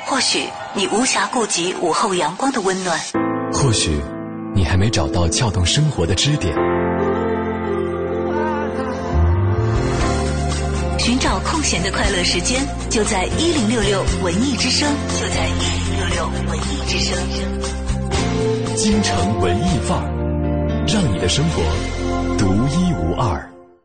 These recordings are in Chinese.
或许你无暇顾及午后阳光的温暖， 或许你还没找到撬动生活的支点。 寻找空闲的快乐时间，就在1066文艺之声，就在1066文艺之声。 京城文艺范儿，让你的生活独一无二。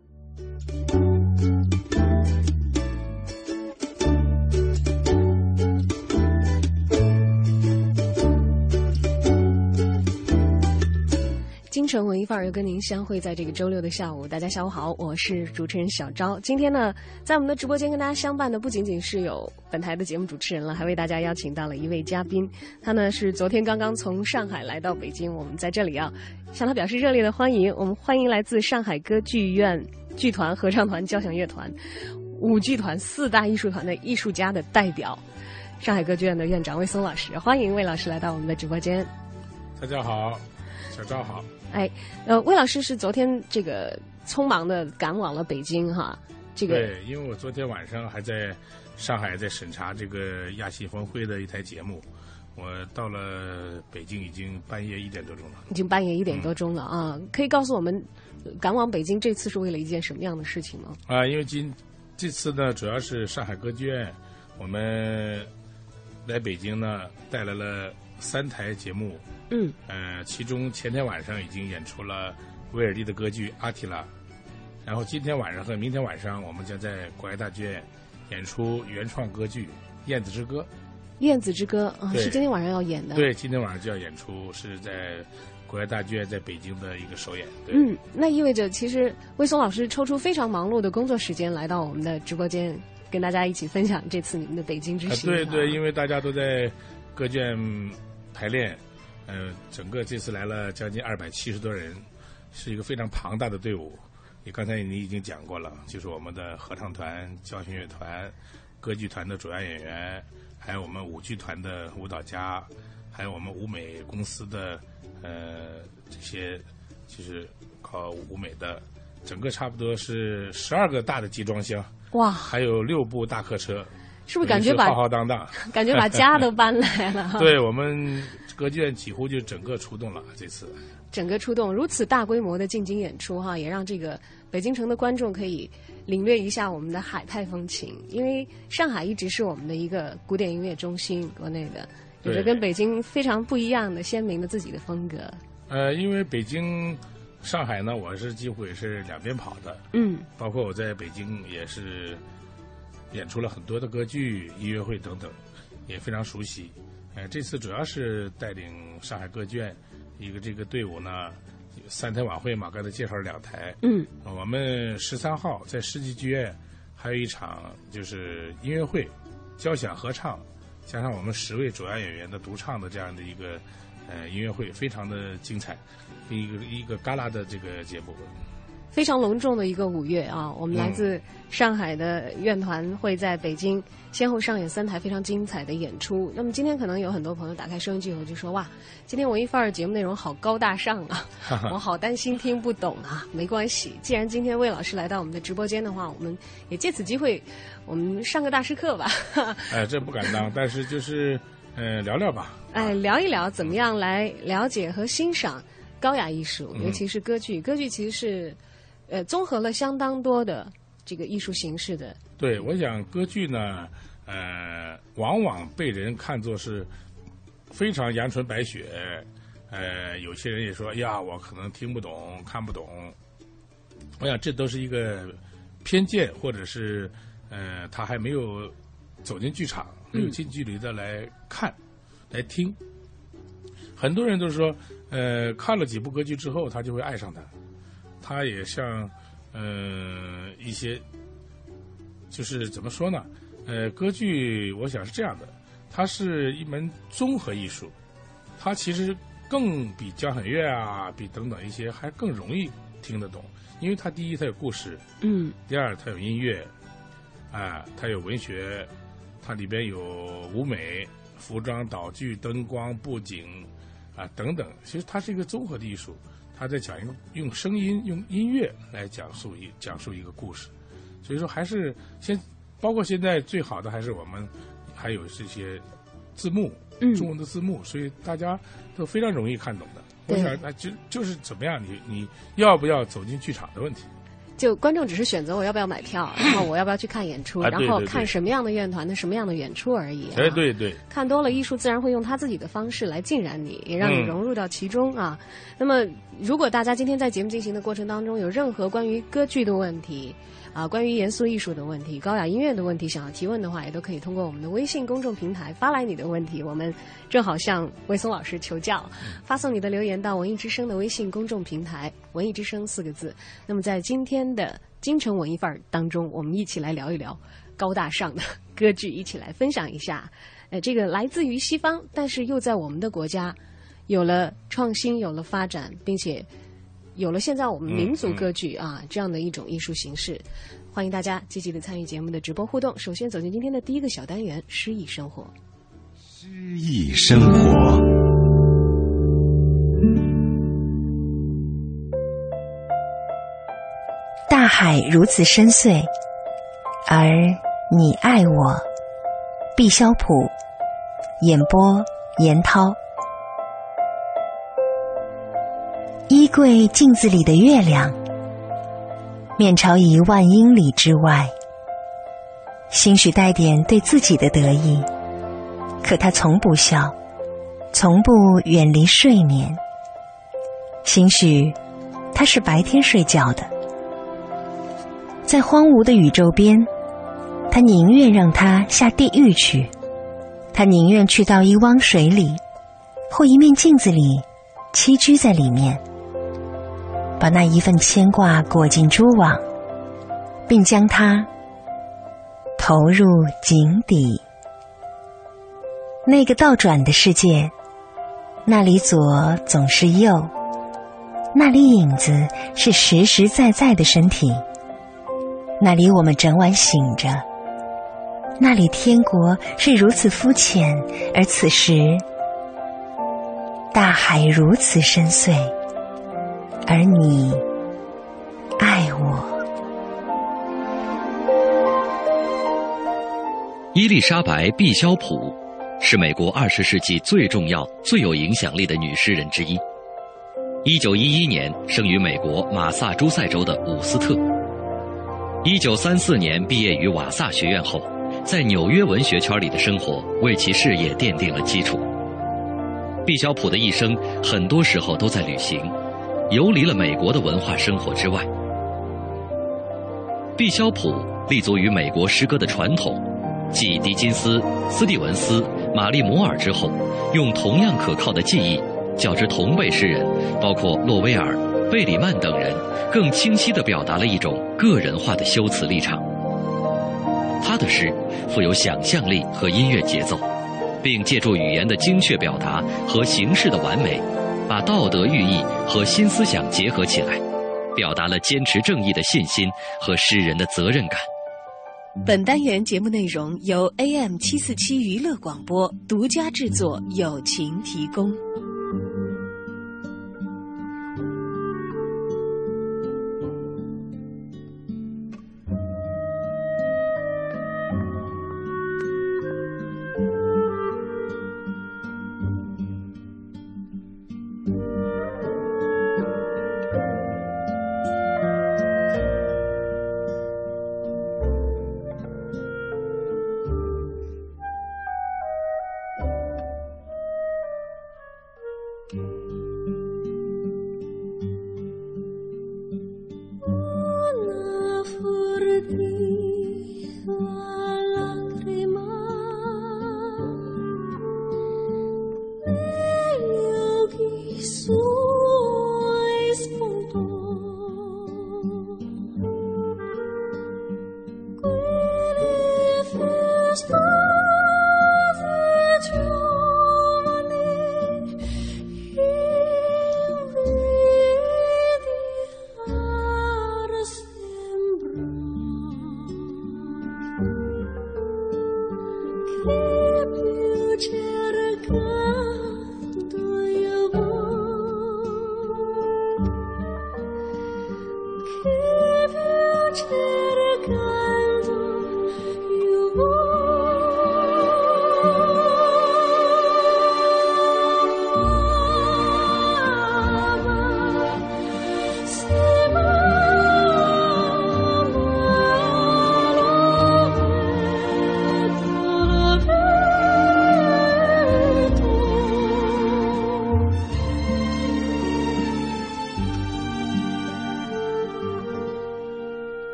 京城文艺范儿又跟您相会在这个周六的下午，大家下午好，我是主持人小昭。今天呢，在我们的直播间跟大家相伴的不仅仅是有本台的节目主持人了，还为大家邀请到了一位嘉宾，他呢是昨天刚刚从上海来到北京，我们在这里要向他表示热烈的欢迎。我们欢迎来自上海歌剧院剧团、合唱团、交响乐团、舞剧团4大艺术团的艺术家的代表，上海歌剧院的院长魏松老师。欢迎魏老师来到我们的直播间。 大家好，小赵好。 魏老师是昨天这个匆忙的赶往了北京哈， 对，因为我昨天晚上还在上海在审查这个亚细峰会的一台节目，我到了北京已经半夜1点多钟了。 已经半夜1点多钟了啊！可以告诉我们，赶往北京这次是为了一件什么样的事情吗？ 因为这次呢，主要是上海歌剧院，我们来北京呢带来了3台节目。其中前天晚上已经演出了威尔第的歌剧《阿提拉》，然后今天晚上和明天晚上我们将在国家大剧院演出原创歌剧《燕子之歌》。 燕子之歌啊，是今天晚上要演的。 对，今天晚上就要演出，是在国家大剧院在北京的一个首演。对， 那意味着其实魏松老师抽出非常忙碌的工作时间来到我们的直播间，跟大家一起分享这次你们的北京之行。 对，因为大家都在歌剧院排练。整个这次来了将近270多人，是一个非常庞大的队伍。刚才你已经讲过了，就是我们的合唱团、交响乐团、歌剧团的主要演员，还有我们舞剧团的舞蹈家，还有我们舞美公司的这些就是搞舞美的，整个差不多是12个大的集装箱，哇，还有6部大客车。 是不是感觉把浩浩荡荡， 感觉把家都搬来了？ 对，我们歌剧院几乎就整个出动了。这次整个出动，如此大规模的进京演出哈，也让这个北京城的观众可以领略一下我们的海派风情。因为上海一直是我们的一个古典音乐中心，国内的有着跟北京非常不一样的鲜明的自己的风格。 因为北京、上海呢，我是几乎也是两边跑的。包括我在北京也是演出了很多的歌剧、音乐会等等，也非常熟悉。这次主要是带领上海歌剧院一个这个队伍呢，3台晚会嘛，刚才介绍了2台。我们13号在世纪剧院还有一场就是音乐会、交响合唱，加上我们10位主要演员的独唱的这样的一个音乐会，非常的精彩，一个旮旯的这个节目。 非常隆重的一个5月啊，我们来自上海的院团会在北京先后上演3台非常精彩的演出。那么今天可能有很多朋友打开收音机以后就说，哇，今天文艺范儿节目内容好高大上啊，我好担心听不懂啊。没关系，既然今天魏老师来到我们的直播间的话，我们也借此机会我们上个大师课吧。 这不敢当，但是就是聊聊吧。 聊一聊怎么样来了解和欣赏高雅艺术，尤其是歌剧。歌剧其实是综合了相当多的这个艺术形式的。 对，我想歌剧呢，往往被人看作是非常阳春白雪。有些人也说，呀，我可能听不懂、看不懂。我想这都是一个偏见，或者是他还没有走进剧场，没有近距离的来看、来听。很多人都说，看了几部歌剧之后，他就会爱上它。它也像一些，就是怎么说呢？歌剧我想是这样的，它是一门综合艺术，它其实更比交响乐啊，比等等一些还更容易听得懂，因为它第一它有故事，第二它有音乐，它有文学，它里边有舞美、服装、道具、灯光、布景等等，其实它是一个综合的艺术。他在讲用声音、用音乐来讲述一个故事，所以说还是包括现在最好的还是我们还有这些字幕，中文的字幕，所以大家都非常容易看懂的。我想，就是怎么样，你要不要走进剧场的问题。 就观众只是选择我要不要买票，然后我要不要去看演出，然后看什么样的乐团的什么样的演出而已。 对对， 看多了，艺术自然会用他自己的方式来浸染你，也让你融入到其中啊。那么，如果大家今天在节目进行的过程当中有任何关于歌剧的问题啊，关于严肃艺术的问题、高雅音乐的问题，想要提问的话，也都可以通过我们的微信公众平台发来你的问题，我们正好向魏松老师求教，发送你的留言到文艺之声的微信公众平台“文艺之声”4个字。那么在今天的京城文艺范儿当中，我们一起来聊一聊高大上的歌剧，一起来分享一下，这个来自于西方，但是又在我们的国家有了创新，有了发展，并且有了现在我们民族歌剧啊这样的一种艺术形式。欢迎大家积极的参与节目的直播互动。首先走进今天的第一个小单元——诗意生活。 诗意生活。 大海如此深邃，而你爱我。毕肖普，演播严涛。衣柜镜子里的月亮，面朝1万英里之外，兴许带点对自己的得意，可他从不笑，从不远离睡眠。兴许他是白天睡觉的，在荒芜的宇宙边，他宁愿让他下地狱去，他宁愿去到一汪水里或一面镜子里栖居在里面，把那一份牵挂裹进蛛网，并将它投入井底。那个倒转的世界，那里左总是右，那里影子是实实在在的身体，那里我们整晚醒着，那里天国是如此肤浅，而此时大海如此深邃，而你爱我。 伊丽莎白·毕肖普是美国20世纪最重要、最有影响力的女诗人之一。1911年生于美国马萨诸塞州的伍斯特。1934年毕业于瓦萨学院后，在纽约文学圈里的生活为其事业奠定了基础。毕肖普的一生很多时候都在旅行，游离了美国的文化生活之外。毕肖普立足于美国诗歌的传统，继狄金斯、斯蒂文斯、玛丽摩尔之后，用同样可靠的记忆，较之同辈诗人，包括洛威尔、贝里曼等人，更清晰地表达了一种个人化的修辞立场。他的诗富有想象力和音乐节奏，并借助语言的精确表达和形式的完美，把道德寓意和新思想结合起来，表达了坚持正义的信心和诗人的责任感。 本单元节目内容由 AM747 娱乐广播独家制作，友情提供。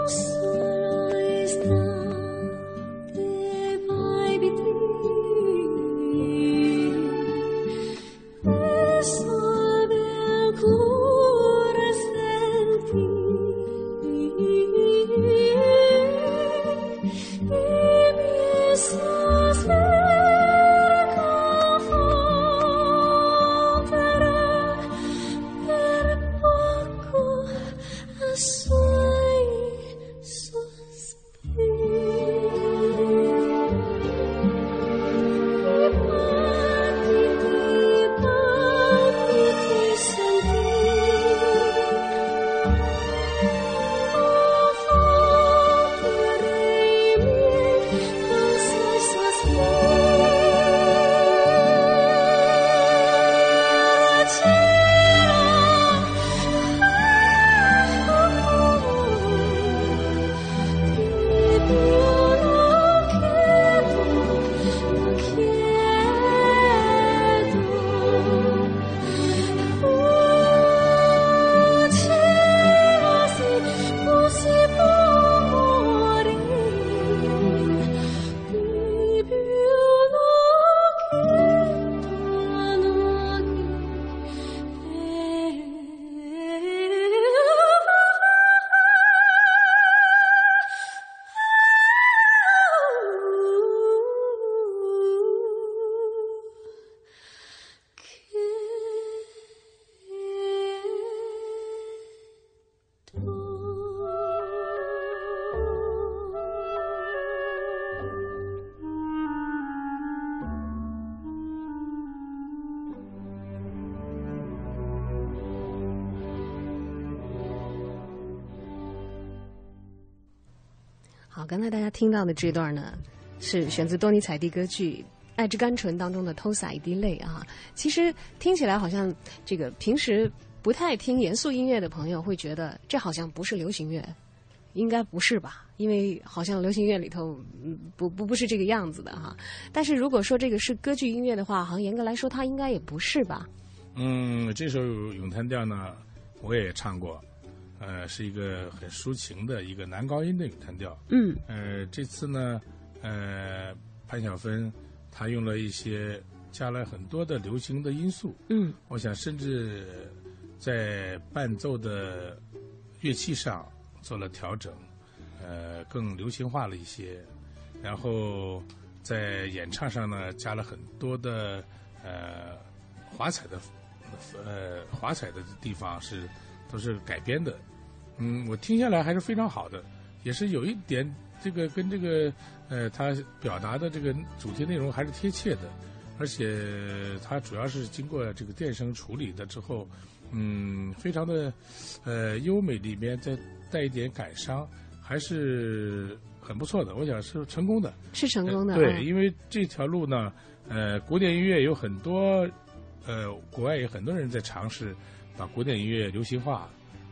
好，刚才大家听到的这段呢，是选自多尼采蒂歌剧《爱之甘醇》当中的《偷洒一滴泪》啊。其实听起来好像这个平时不太听严肃音乐的朋友会觉得这好像不是流行乐，应该不是吧？因为好像流行乐里头不是这个样子的哈。但是如果说这个是歌剧音乐的话，好像严格来说它应该也不是吧？ 这首咏叹调呢，我也唱过。是一个很抒情的一个男高音的咏叹调。这次呢，潘晓芬她用了一些加了很多的流行的因素。我想甚至在伴奏的乐器上做了调整，更流行化了一些。然后在演唱上呢，加了很多的华彩的地方都是改编的。我听下来还是非常好的，也是有一点这个跟这个他表达的这个主题内容还是贴切的，而且它主要是经过这个电声处理的之后，非常的优美，里面再带一点感伤，还是很不错的。我想是成功的， 是成功的。 对，因为这条路呢，古典音乐有很多，国外有很多人在尝试把古典音乐流行化。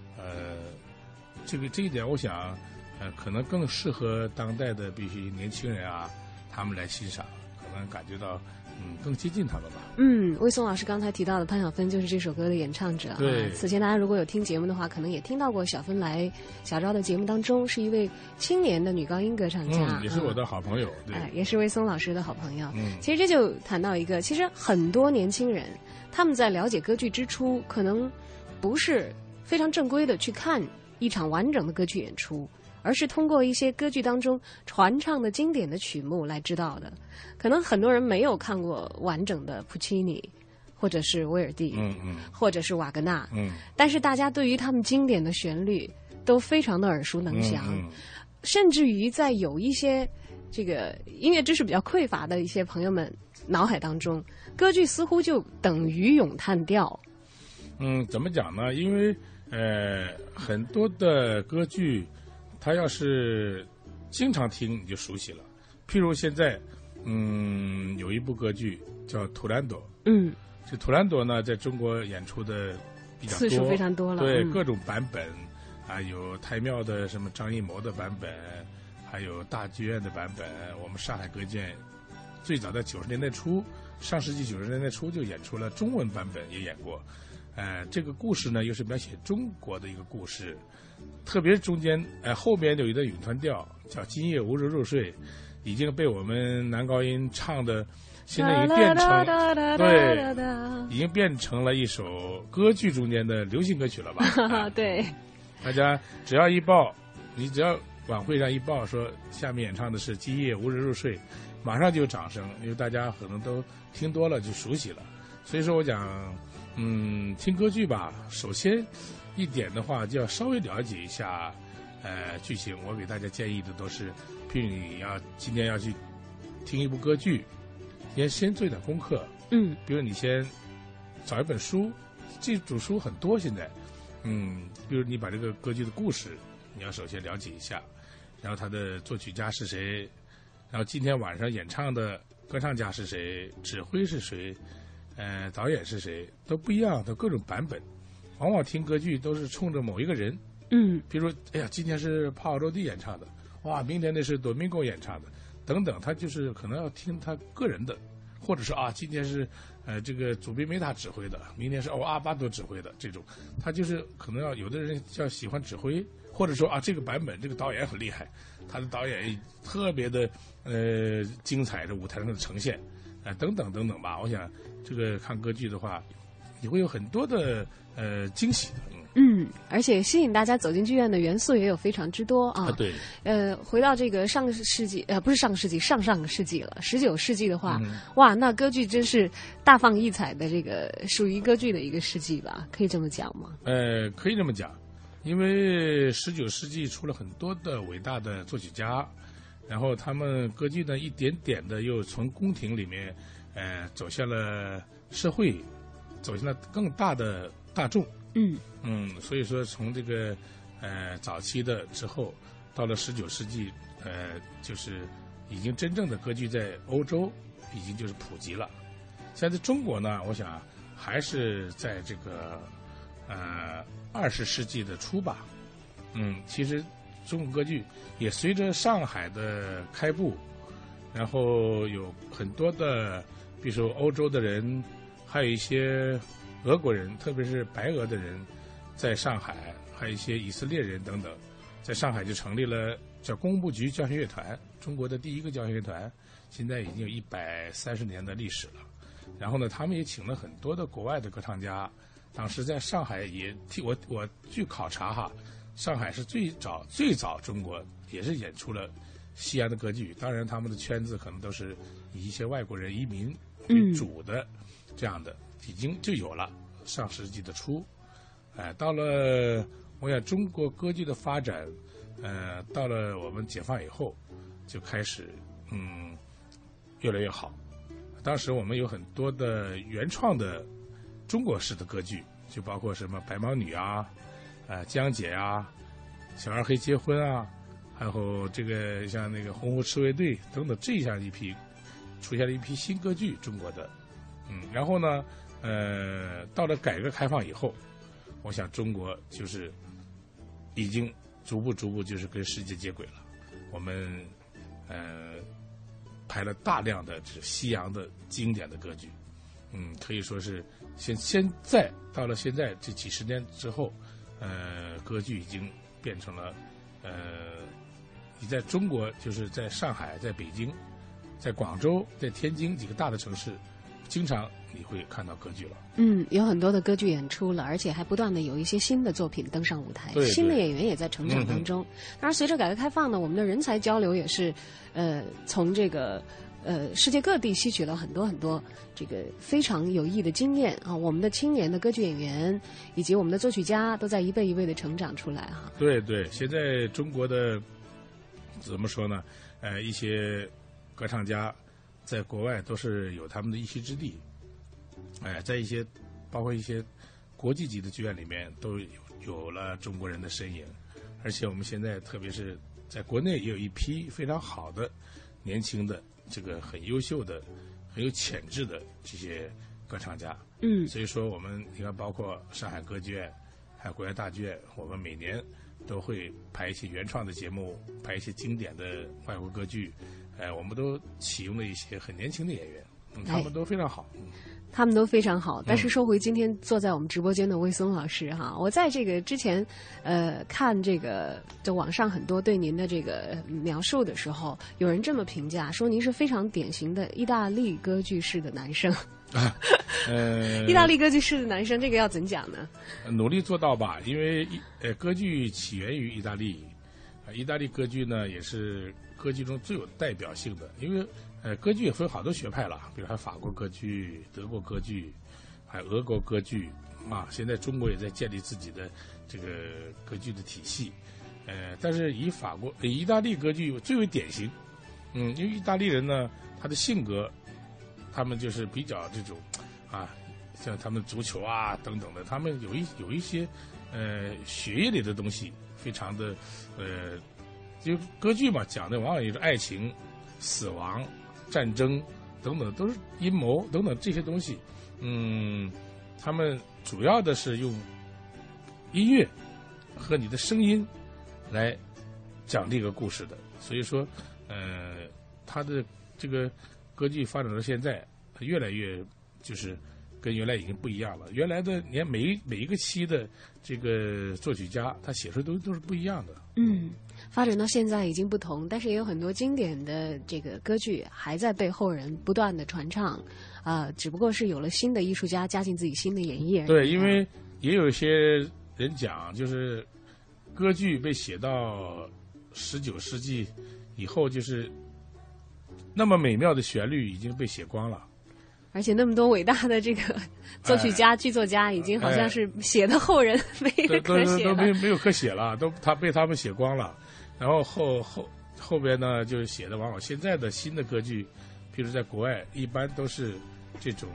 这一点，我想，可能更适合当代的必须年轻人啊，他们来欣赏，可能感觉到，更接近他们吧。 魏松老师刚才提到的潘晓芬就是这首歌的演唱者。 对， 此前大家如果有听节目的话，可能也听到过小芬来小昭的节目当中，是一位青年的女高音歌唱家， 也是我的好朋友，对， 也是魏松老师的好朋友。其实这就谈到一个，其实很多年轻人他们在了解歌剧之初，可能不是非常正规的去看一场完整的歌剧演出，而是通过一些歌剧当中传唱的经典的曲目来知道的。可能很多人没有看过完整的普契尼，或者是威尔第，或者是瓦格纳，但是大家对于他们经典的旋律都非常的耳熟能详，甚至于在有一些这个音乐知识比较匮乏的一些朋友们脑海当中，歌剧似乎就等于咏叹调。 怎么讲呢？因为很多的歌剧，它要是经常听你就熟悉了。譬如现在，有一部歌剧叫《图兰朵》。这《图兰朵》呢，在中国演出的比较多， 次数非常多了。 对，各种版本啊，有太庙的什么张艺谋的版本，还有大剧院的版本。我们上海歌剧院最早在90年代初，上世纪90年代初就演出了中文版本，也演过。 这个故事呢又是描写中国的一个故事，特别是中间后边有一段咏叹调叫《今夜无人入睡》，已经被我们男高音唱的，现在已经变成对，已经变成了一首歌剧中间的流行歌曲了吧？ 对， 大家只要一报，你只要晚会上一报说下面演唱的是《今夜无人入睡》，马上就有掌声，因为大家可能都听多了就熟悉了。所以说我讲，听歌剧吧，首先一点的话就要稍微了解一下剧情。我给大家建议的都是，譬如你今天要去听一部歌剧，先做一点功课，比如你先找一本书，这种书很多现在，比如你把这个歌剧的故事你要首先了解一下，然后他的作曲家是谁，然后今天晚上演唱的歌唱家是谁，指挥是谁，导演是谁，都不一样，都各种版本。往往听歌剧都是冲着某一个人，比如说，哎呀，今天是帕瓦罗蒂演唱的，哇，明天那是多明戈演唱的，等等，他就是可能要听他个人的，或者说今天是这个祖宾梅塔指挥的，明天是阿巴多指挥的，这种，他就是可能有的人要喜欢指挥，或者说这个版本这个导演很厉害，他的导演特别的精彩的舞台上的呈现，等等等等吧。我想这个看歌剧的话，你会有很多的惊喜的。 而且吸引大家走进剧院的元素也有非常之多啊。 对。 回到这个上个世纪，不是上个世纪，上个世纪了，19世纪的话，哇，那歌剧真是大放异彩的，这个属于歌剧的一个世纪吧，可以这么讲吗？ 可以这么讲，因为19世纪出了很多的伟大的作曲家，然后他们歌剧呢一点点的又从宫廷里面，走向了社会，走向了更大的大众。所以说从这个早期的之后，到了19世纪，就是已经真正的歌剧在欧洲已经就是普及了。现在中国呢，我想还是在这个20世纪的初吧。其实中国歌剧也随着上海的开埠，然后有很多的，比如说欧洲的人，还有一些俄国人，特别是白俄的人，在上海，还有一些以色列人等等，在上海就成立了叫工部局交响乐团，中国的第一个交响乐团，现在已经有130年的历史了。然后呢，他们也请了很多的国外的歌唱家，当时在上海也我据考察上海是最早中国也是演出了西洋的歌剧，当然他们的圈子可能都是以一些外国人移民为主的，这样的已经就有了。上世纪的初，到了我想中国歌剧的发展，到了我们解放以后，就开始越来越好。当时我们有很多的原创的中国式的歌剧，就包括什么白毛女江姐小二黑结婚还有这个像那个红湖赤卫队等等，这样出现了一批新歌剧，中国的。然后呢，到了改革开放以后，我想中国就是已经逐步就是跟世界接轨了。我们排了大量的西洋的经典的歌剧，可以说是现在到了现在这几十年之后，歌剧已经变成了你在中国就是在上海、在北京、在广州、在天津几个大的城市，经常你会看到歌剧了。 有很多的歌剧演出了，而且还不断的有一些新的作品登上舞台， 对， 新的演员也在成长当中。当然，随着改革开放呢，我们的人才交流也是，从这个世界各地吸取了很多很多这个非常有益的经验啊。我们的青年的歌剧演员以及我们的作曲家都在一辈一辈的成长出来对，现在中国的怎么说呢？一些歌唱家在国外都是有他们的一席之地。在包括一些国际级的剧院里面都有了中国人的身影，而且我们现在特别是在国内也有一批非常好的年轻的这个很优秀的很有潜质的这些歌唱家。所以说我们你看包括上海歌剧院还有国家大剧院，我们每年都会排一些原创的节目，排一些经典的外国歌剧，我们都启用了一些很年轻的演员，他们都非常好。 他们都非常好，但是说回今天坐在我们直播间的魏松老师哈，我在这个之前，看这个就网上很多对您的这个描述的时候，有人这么评价说您是非常典型的意大利歌剧式的男生。意大利歌剧式的男生，这个要怎讲呢？ 努力做到吧，因为歌剧起源于意大利，意大利歌剧呢也是歌剧中最有代表性的，因为歌剧也分好多学派了，比如还有法国歌剧、德国歌剧，还有俄国歌剧啊。现在中国也在建立自己的这个歌剧的体系，但是以意大利歌剧最为典型，因为意大利人呢，他的性格，他们就是比较这种啊，像他们足球啊等等的，他们有一些血液里的东西，非常的就歌剧嘛，讲的往往也是爱情、死亡、战争等等，都是阴谋等等这些东西。他们主要的是用音乐和你的声音来讲这个故事的。所以说，他的这个歌剧发展到现在，越来越就是跟原来已经不一样了。原来的你看每一个期的这个作曲家，他写出都是不一样的。 发展到现在已经不同，但是也有很多经典的这个歌剧还在被后人不断的传唱，只不过是有了新的艺术家加进自己新的演绎而已。 对，因为也有一些人讲，就是歌剧被写到19世纪以后，就是那么美妙的旋律已经被写光了。 而且那么多伟大的这个作曲家、剧作家，已经好像是写的后人没人可写了， 都没有可写了，被他们写光了。然后后边呢，就是写的往往现在的新的歌剧，譬如在国外，一般都是这种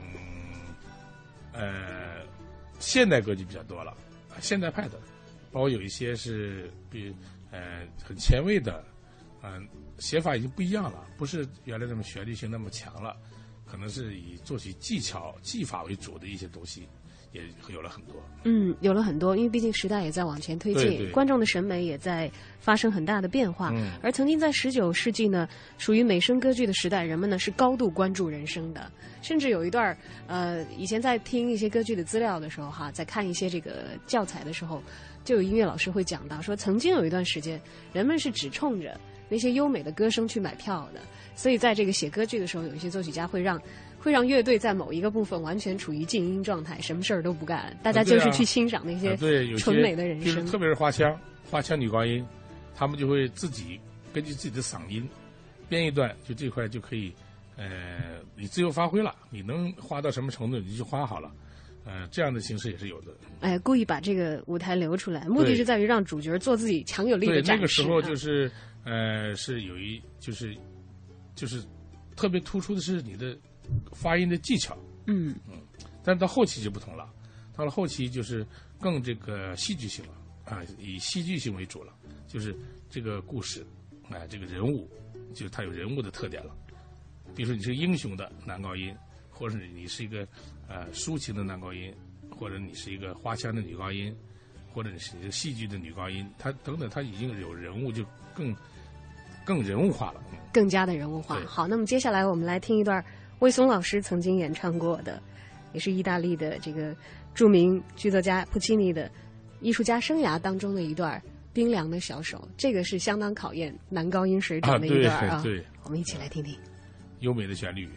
现代歌剧比较多了，现代派的，包括有一些是很前卫的，写法已经不一样了，不是原来那么旋律性那么强了。可能是以作曲技法为主的一些东西，也有了很多。 有了很多，因为毕竟时代也在往前推进， 对， 观众的审美也在发生很大的变化。而曾经在19世纪呢，属于美声歌剧的时代，人们呢是高度关注人声的，甚至有一段以前在听一些歌剧的资料的时候在看一些这个教材的时候，就有音乐老师会讲到说，曾经有一段时间，人们是只冲着那些优美的歌声去买票的。所以在这个写歌剧的时候，有一些作曲家会让乐队在某一个部分完全处于静音状态，什么事儿都不干，大家就是去欣赏那些纯美的人声。 特别是花腔女高音，他们就会自己根据自己的嗓音编一段，就这块就可以，你自由发挥了，你能花到什么程度你就花好了。这样的形式也是有的。 故意把这个舞台留出来，目的是在于让主角做自己强有力的展示。 对，那个时候就是是有就是特别突出的是你的发音的技巧。但是到后期就不同了，到了后期就是更这个戏剧性了以戏剧性为主了，就是这个故事这个人物，就是它有人物的特点了。比如说你是英雄的男高音，或者你是一个抒情的男高音，或者你是一个花腔的女高音，或者你是一个戏剧的女高音，它等等，它已经有人物，就更人物化了， 更加的人物化。好，那么接下来我们来听一段魏松老师曾经演唱过的，也是意大利的这个著名剧作家普契尼的艺术家生涯当中的一段冰凉的小手，这个是相当考验男高音水准的一段对， 我们一起来听听优美的旋律。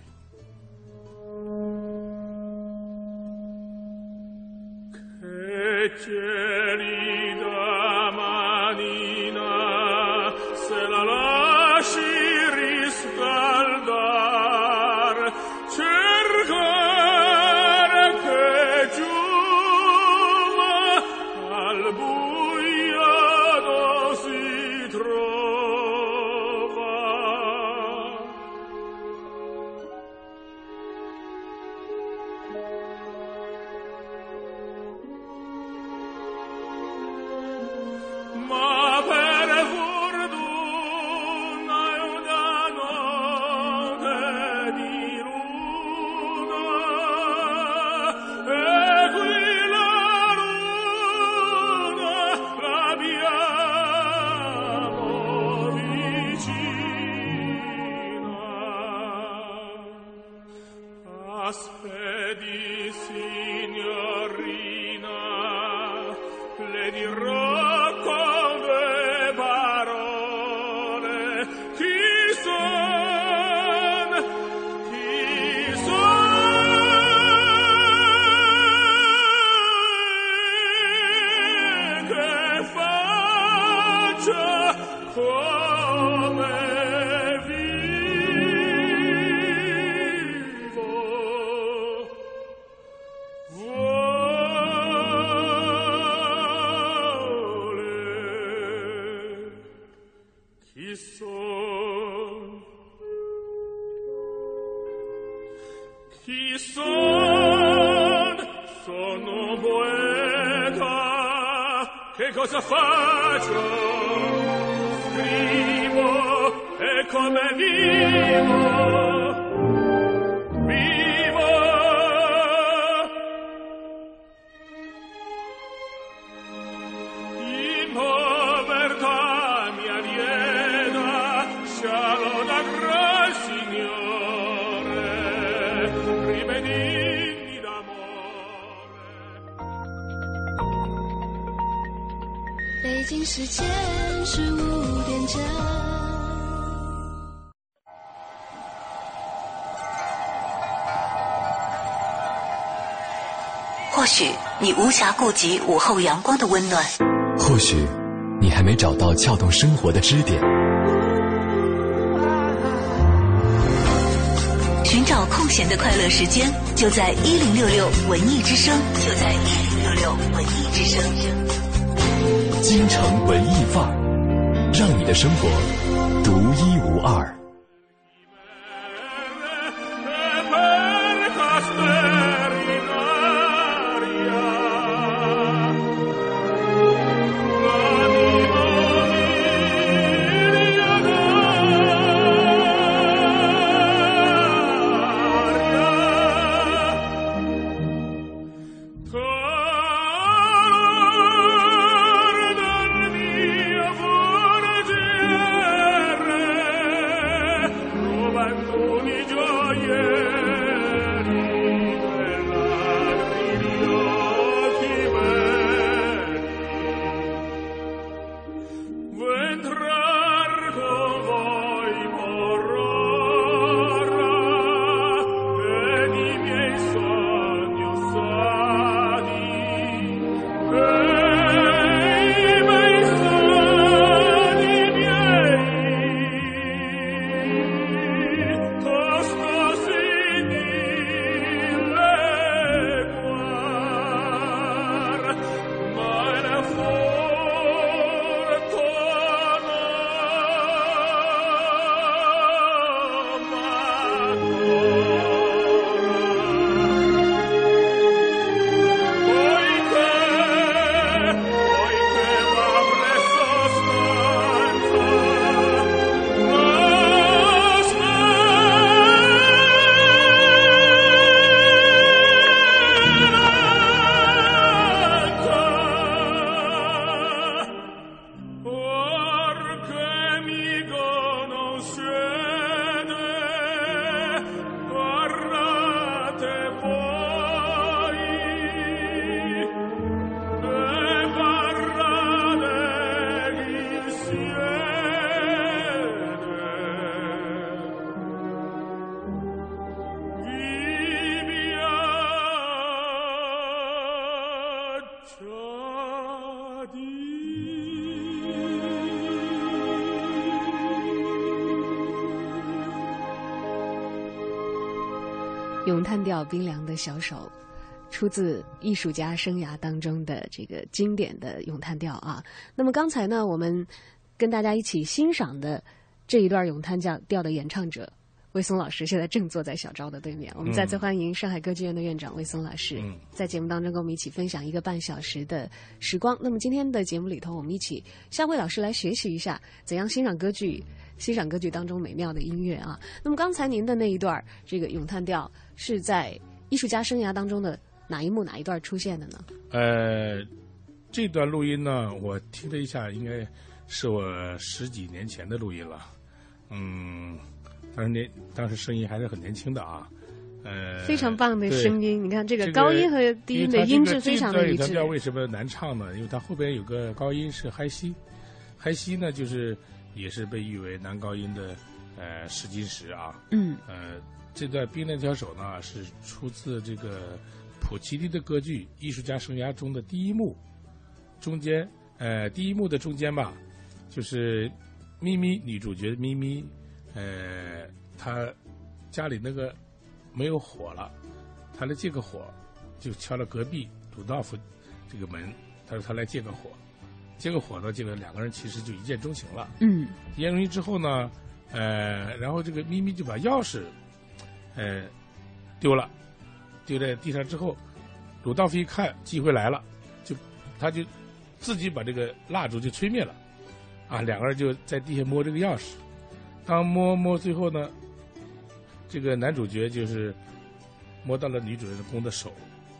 Aspetta Cosa faccio? Scrivo e come vivo, vivo. In povertà mia vieda, scialo da gran Signore, rimedigni d'amore. 北京时间15点整。 或许你无暇顾及午后阳光的温暖， 或许你还没找到撬动生活的支点。 寻找空闲的快乐时间，就在1066文艺之声，就在1066文艺之声。 京城文艺范儿，让你的生活独一无二。 咏叹调冰凉的小手，出自艺术家生涯当中的这个经典的咏叹调啊。那么刚才呢，我们跟大家一起欣赏的这一段咏叹调的演唱者魏松老师，现在正坐在小昭的对面。我们再次欢迎上海歌剧院的院长魏松老师，在节目当中跟我们一起分享1个半小时的时光。那么今天的节目里头，我们一起向魏老师来学习一下怎样欣赏歌剧当中美妙的音乐啊。那么刚才您的那一段这个咏叹调是在艺术家生涯当中的哪一幕哪一段出现的呢？ 这段录音呢，我听了一下，应该是我10几年前的录音了。当时声音还是很年轻的啊。 非常棒的声音。你看这个高音和低音的音质非常的一致。 这调为什么难唱呢？因为它后边有个高音是嗨西，嗨西呢就是也是被誉为男高音的试金石啊。这段《冰恋挑手》呢是出自这个普契尼的歌剧《艺术家生涯中的第一幕》中间，第一幕的中间吧，就是咪咪女主角咪咪，她家里那个没有火了，她来借个火，就敲了隔壁鲁道夫这个门，她说她来借个火，借个火呢，这个两个人其实就一见钟情了。一见钟情之后呢，然后这个咪咪就把钥匙，丢了，丢在地上之后，鲁道夫一看机会来了，他就自己把这个蜡烛就吹灭了，啊，两个人就在地下摸这个钥匙，当摸最后呢，这个男主角就是摸到了女主人公的手，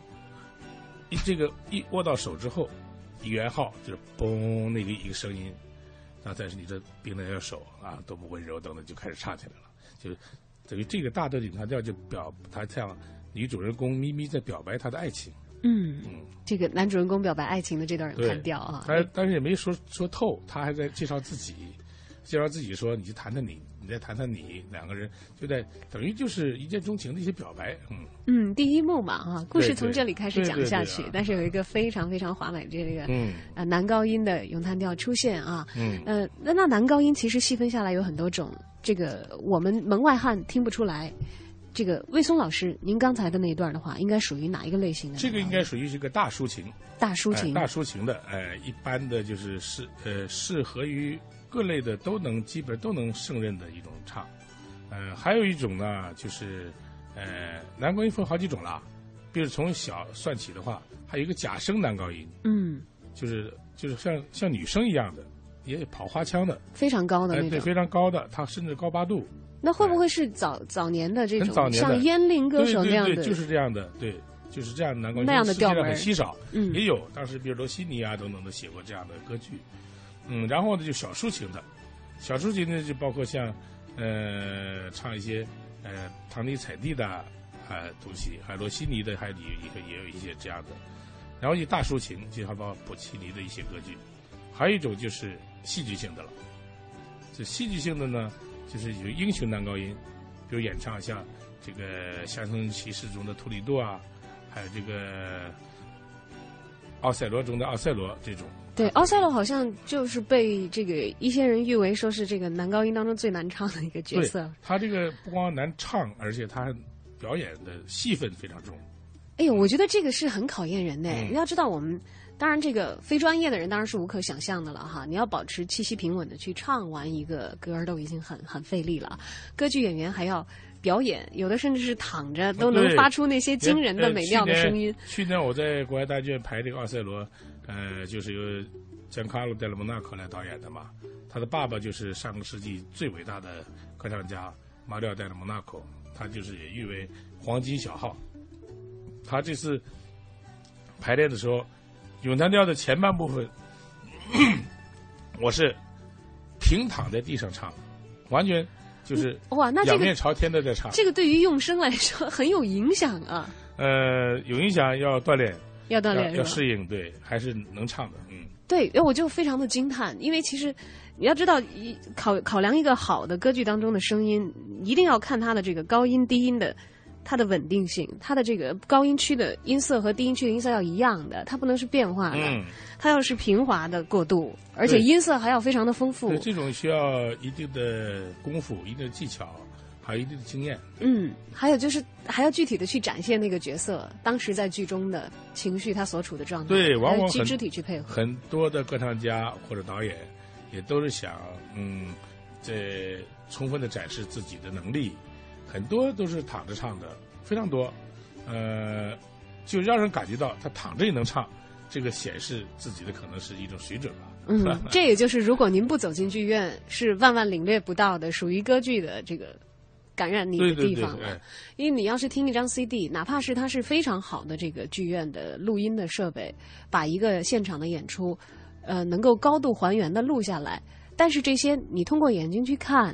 一握到手之后，一圆号就是嘣那个一个声音，那再是你的冰冷的手啊多么温柔等等就开始唱起来了，就等于这个大的领唱调就他向女主人公咪咪在表白她的爱情。 这个男主人公表白爱情的这段咏叹调啊， 但是也没说透，他还在介绍自己说你就谈谈你再谈谈你，两个人就在等于就是一见钟情的一些表白。 第一幕嘛啊，故事从这里开始讲下去，但是有一个非常非常华美这个男高音的咏叹调出现啊。那男高音其实细分下来有很多种，这个我们门外汉听不出来。这个魏松老师，您刚才的那一段的话，应该属于哪一个类型的？ 这个应该属于是个大抒情。大抒情的，一般的就是适合于各类的基本都能胜任的一种唱。还有一种呢，就是男高音分好几种啦，比如从小算起的话，还有一个假声男高音。就是像女生一样的，也跑花腔的， 非常高的那种。 对，非常高的，它甚至高8度。 那会不会是早年的这种像燕玲歌手那样的？ 对，就是这样的，对，就是这样的男高音， 那样的调门很稀少。也有当时比如罗西尼啊等等的写过这样的歌剧。然后呢就小抒情的，小抒情呢就包括像唱一些唐尼采蒂的东西，还有罗西尼的，还也有一些这样的。然后大抒情就还包括普契尼的一些歌剧。还有一种就是戏剧性的了，这戏剧性的呢。就是有英雄男高音，比如演唱像这个《乡村骑士》中的图里多啊，还有这个奥赛罗中的奥赛罗这种。 对，奥赛罗好像就是被这个一些人誉为说是这个男高音当中最难唱的一个角色。 他这个不光难唱，而且他表演的戏份非常重。 哎呦，我觉得这个是很考验人的。你要知道我们。当然，这个非专业的人当然是无可想象的了哈。你要保持气息平稳的去唱完一个歌儿，都已经很费力了。歌剧演员还要表演，有的甚至是躺着都能发出那些惊人的美妙的声音。 去年我在国家大剧院排这个奥赛罗，就是由江卡洛·戴勒蒙纳克来导演的嘛。他的爸爸就是上个世纪最伟大的歌唱家马里奥·戴勒蒙纳克，他就是也誉为黄金小号。他这次排练的时候。咏叹调的前半部分，我是平躺在地上唱，完全就是仰面朝天的在唱。 这个对于用声来说很有影响啊。 有影响，要锻炼， 要适应，对，还是能唱的。 对，我就非常的惊叹，因为其实你要知道，考量一个好的歌剧当中的声音，一定要看它的这个高音、低音的。它的稳定性，它的这个高音区的音色和低音区的音色要一样的，它不能是变化的，它要是平滑的过渡，而且音色还要非常的丰富。 对，这种需要一定的功夫、一定的技巧，还有一定的经验。 还有就是还要具体的去展现那个角色当时在剧中的情绪，他所处的状态。 对，往往肢体去配合。 很多的歌唱家或者导演也都是想，在充分的展示自己的能力。很多都是躺着唱的，非常多，就让人感觉到他躺着也能唱，这个显示自己的可能是一种水准吧。 这也就是如果您不走进剧院，是万万领略不到的，属于歌剧的这个感染你的地方了。因为你要是听一张 CD， 哪怕是它是非常好的这个剧院的录音的设备，把一个现场的演出，能够高度还原的录下来，但是这些你通过眼睛去看。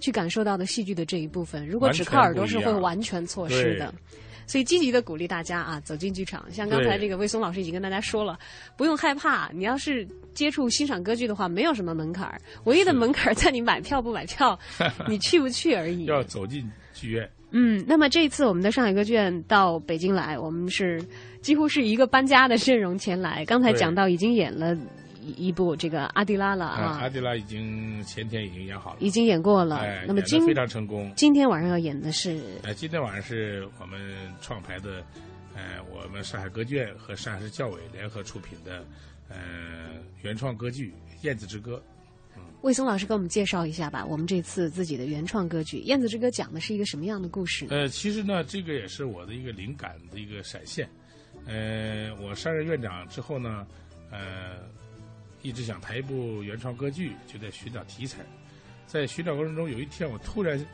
去感受到的戏剧的这一部分。如果只靠耳朵是会完全错失的。所以积极的鼓励大家啊，走进剧场。像刚才这个魏松老师已经跟大家说了，不用害怕，你要是接触欣赏歌剧的话，没有什么门槛儿，唯一的门槛在你买票不买票，你去不去而已。 要走进剧院。 那么这一次我们的上海歌剧院到北京来，我们是几乎是一个搬家的阵容前来。刚才讲到已经演了一部这个阿迪拉了啊， 阿迪拉前天已经演好了， 已经演过了。那么非常成功。 今天晚上要演的是， 今天晚上是我们创排的，我们上海歌剧院和上海市教委联合出品的，原创歌剧《燕子之歌》。 魏松老师给我们介绍一下吧，我们这次自己的原创歌剧《燕子之歌》讲的是一个什么样的故事呢？ 其实呢，这个也是我的一个灵感的一个闪现。我上任院长之后呢，一直想排一部原创歌剧，就在寻找题材。在寻找过程中，有一天我突然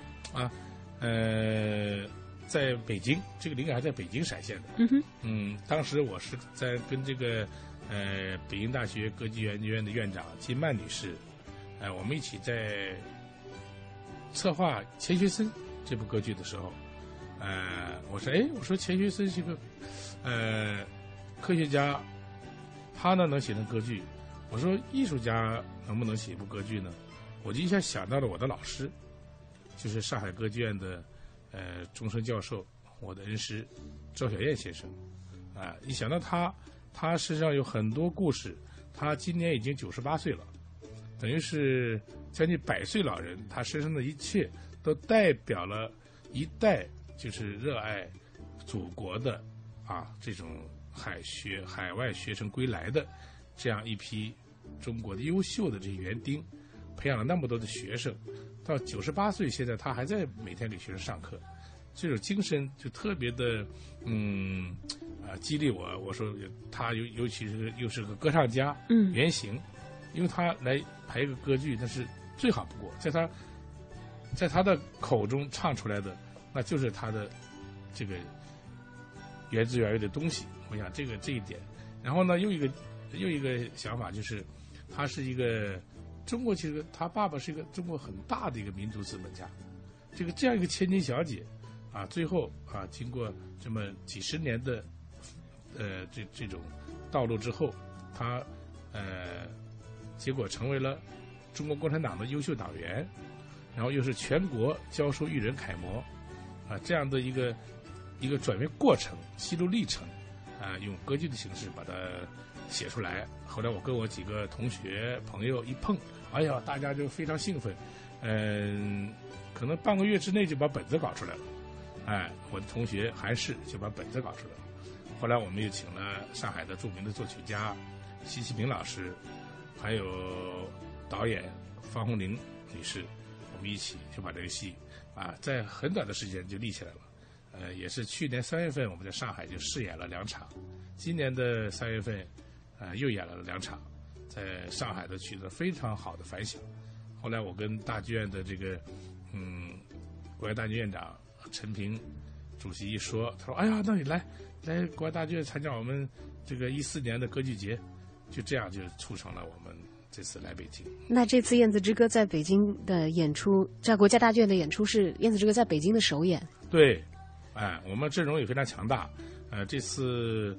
在北京，这个灵感还在北京闪现的。当时我是在跟这个北京大学歌剧研究院的院长金曼女士，我们一起在策划钱学森这部歌剧的时候，我说钱学森是个科学家，他呢能写成歌剧。我说艺术家能不能写一部歌剧呢？我就一下想到了我的老师，就是上海歌剧院的终身教授，我的恩师赵小燕先生。一想到他身上有很多故事，他今年已经98岁了，等于是将近100岁老人，他身上的一切都代表了一代就是热爱祖国的这种海外学成归来的这样一批中国的优秀的这些园丁，培养了那么多的学生，到98岁现在他还在每天给学生上课，这种精神就特别的激励我。我说他尤其是又是个歌唱家，原型，因为他来排一个歌剧那是最好不过，在他的口中唱出来的那就是他的这个原汁原味的东西。我想这一点，然后呢又一个想法就是，他是一个中国，其实他爸爸是一个中国很大的一个民族资本家，这样一个千金小姐最后经过这么几十年的这种道路之后，他结果成为了中国共产党的优秀党员，然后又是全国教书育人楷模这样的一个转变过程、心路历程用歌剧的形式把它写出来。后来我跟我几个同学朋友一碰，哎呀，大家就非常兴奋，可能半个月之内就把本子搞出来了。我的同学韩氏就把本子搞出来了。后来我们又请了上海的著名的作曲家奚其平老师，还有导演方红玲女士，我们一起就把这个戏在很短的时间就立起来了。也是去年3月份我们在上海就试演了2场，今年的3月份又演了2场，在上海的取得非常好的反响。后来我跟大剧院的这个国家大剧院长陈平主席一说，他说哎呀，那你来国家大剧院参加我们这个14年的歌剧节，就这样就促成了我们这次来北京。 那这次《燕子之歌》在北京的演出，在国家大剧院的演出是《燕子之歌》在北京的首演。 对，我们阵容也非常强大。这次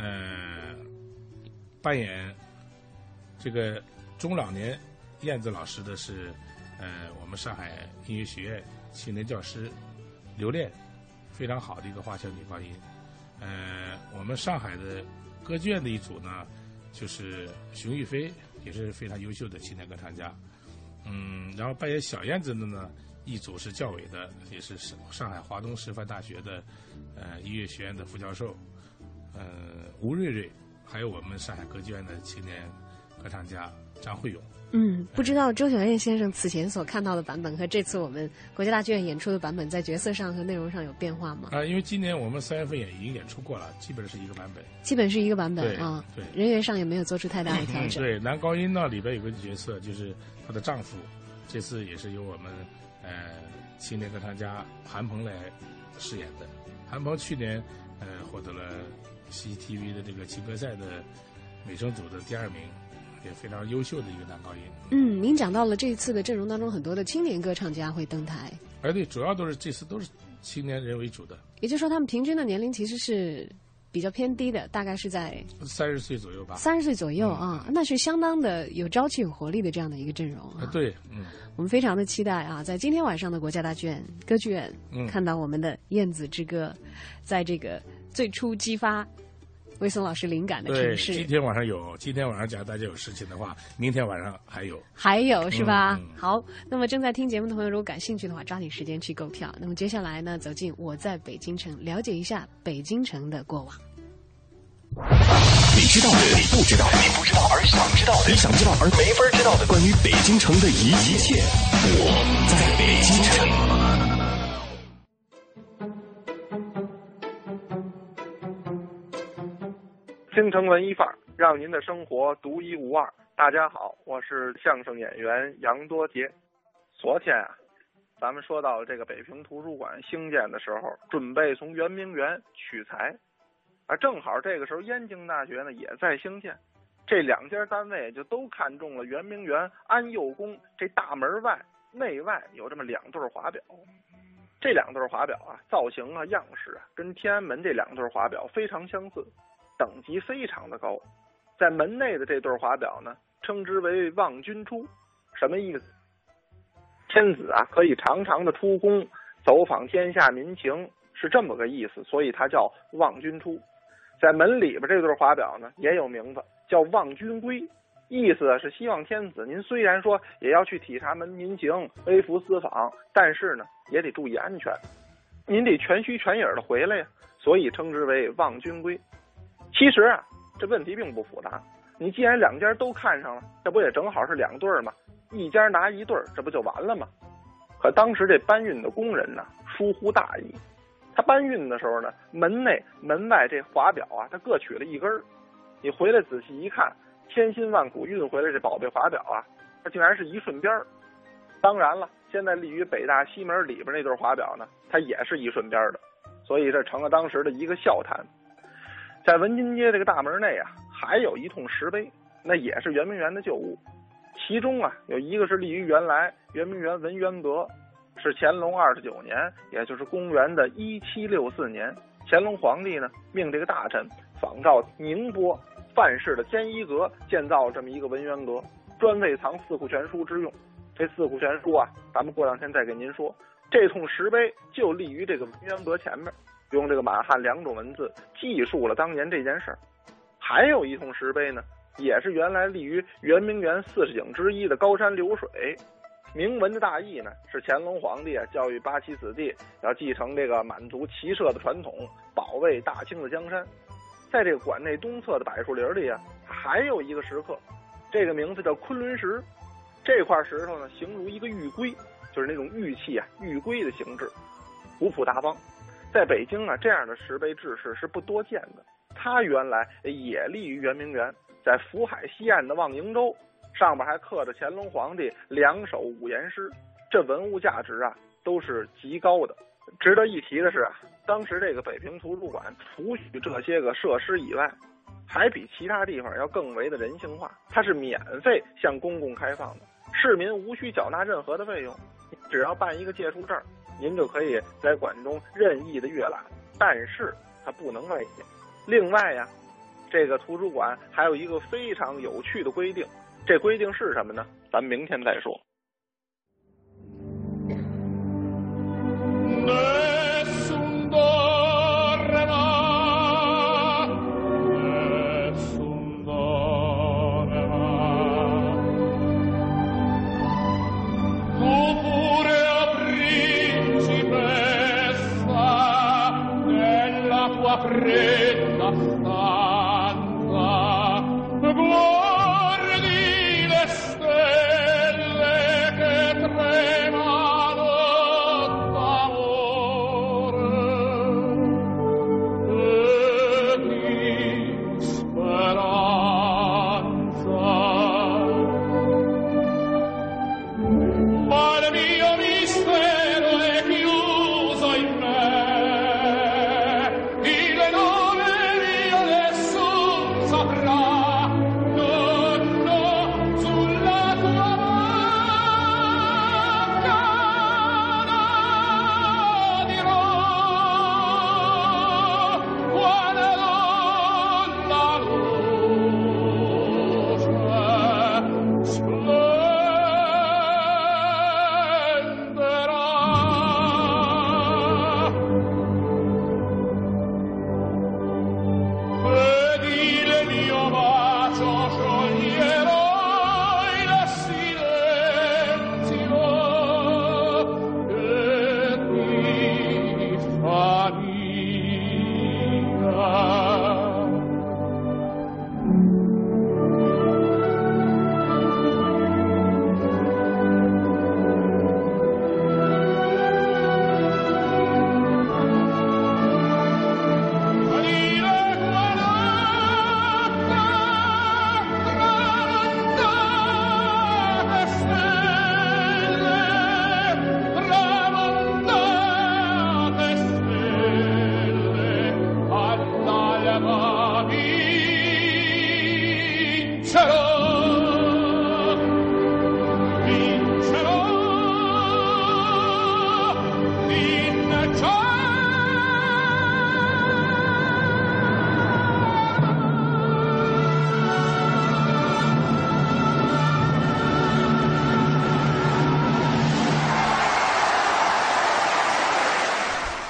扮演这个中老年燕子老师的是我们上海音乐学院青年教师刘恋，非常好的一个花腔女高音。我们上海的歌剧院的一组呢，就是熊玉飞，也是非常优秀的青年歌唱家。然后扮演小燕子的呢，一组是教委的，也是上海华东师范大学的音乐学院的副教授吴瑞瑞，还有我们上海歌剧院的青年歌唱家张慧勇。 不知道周小燕先生此前所看到的版本和这次我们国家大剧院演出的版本在角色上和内容上有变化吗？ 因为今年我们3月份已经演出过了，基本是一个版本。 基本是一一个版本对， 人员上也没有做出太大的调整。 对，男高音呢里边有个角色就是她的丈夫，这次也是由我们青年歌唱家韩鹏来饰演的。韩鹏去年获得了 CCTV 的这个青歌赛的美声组的第2名， 也非常优秀的一个男高音。 您讲到了这一次的阵容当中很多的青年歌唱家会登台， 对，主要这次都是青年人为主的， 也就是说他们平均的年龄其实是比较偏低的，大概是在 30岁左右吧。 30岁左右啊，那是相当的有朝气、有活力的这样的一个阵容啊。 对， 我们非常的期待啊，在今天晚上的国家大剧院歌剧院，看到我们的《燕子之歌》，在这个最初激发魏松老师灵感的城市。 今天晚上有，今天晚上假如大家有事情的话，明天晚上还有是吧？好，那么正在听节目的朋友，如果感兴趣的话，抓紧时间去购票。那么接下来呢，走进我在北京城，了解一下北京城的过往。 你知道的，你不知道的，你不知道而想知道的，你想知道而没法知道的，关于北京城的一切，我在北京城。 京城文艺范儿，让您的生活独一无二。大家好，我是相声演员杨多杰。昨天啊，咱们说到这个北平图书馆兴建的时候，准备从圆明园取材，正好这个时候燕京大学呢也在兴建，这两家单位就都看中了圆明园安佑宫这大门外内外有这么2对华表。这2对华表啊，造型啊、样式啊，跟天安门这2对华表非常相似，等级非常的高。在门内的这对华表呢，称之为望君出。什么意思？天子啊可以常常的出宫走访天下民情，是这么个意思，所以它叫望君出。在门里边这对华表呢也有名字，叫望君归，意思是希望天子您虽然说也要去体察民情、微服私访，但是呢也得注意安全，您得全虚全影的回来呀，所以称之为望君归。其实啊，这问题并不复杂。你既然2家都看上了，这不也正好是2对吗？一家拿1对，这不就完了吗？可当时这搬运的工人呢，疏忽大意。他搬运的时候呢，门内门外这华表啊，他各取了1根。你回来仔细一看，千辛万苦运回来这宝贝华表啊，它竟然是一顺边儿。当然了，现在立于北大西门里边那对华表呢，它也是一顺边的，所以这成了当时的一个笑谈。在文津街这个大门内啊，还有一通石碑，那也是圆明园的旧物。其中啊，有一个是立于原来圆明园文渊阁，是乾隆29年，也就是公元的1764年，乾隆皇帝呢命这个大臣仿照宁波范氏的坚一阁建造这么一个文渊阁，专为藏四库全书之用。这四库全书啊，咱们过2天再给您说。这通石碑就立于这个文渊阁前面，用这个满汉2种文字记述了当年这件事儿。还有一通石碑呢，也是原来立于圆明园40景之一的高山流水。铭文的大意呢，是乾隆皇帝啊教育8旗子弟要继承这个满族骑射的传统，保卫大清的江山。在这个馆内东侧的柏树林里啊，还有一个石刻，这个名字叫昆仑石。这块石头呢，形如一个玉龟，就是那种玉器啊、玉龟的形制，古朴大方。在北京啊，这样的石碑制式是不多见的。它原来也立于圆明园，在福海西岸的望瀛洲，上面还刻着乾隆皇帝2首5言诗，这文物价值啊都是极高的。值得一提的是啊，当时这个北平图书馆除去这些个设施以外，还比其他地方要更为的人性化，它是免费向公共开放的，市民无需缴纳任何的费用，只要办一个借书证，您就可以在馆中任意的阅览，但是它不能外借。另外呀，这个图书馆还有一个非常有趣的规定，这规定是什么呢？咱们明天再说。 Il nome mio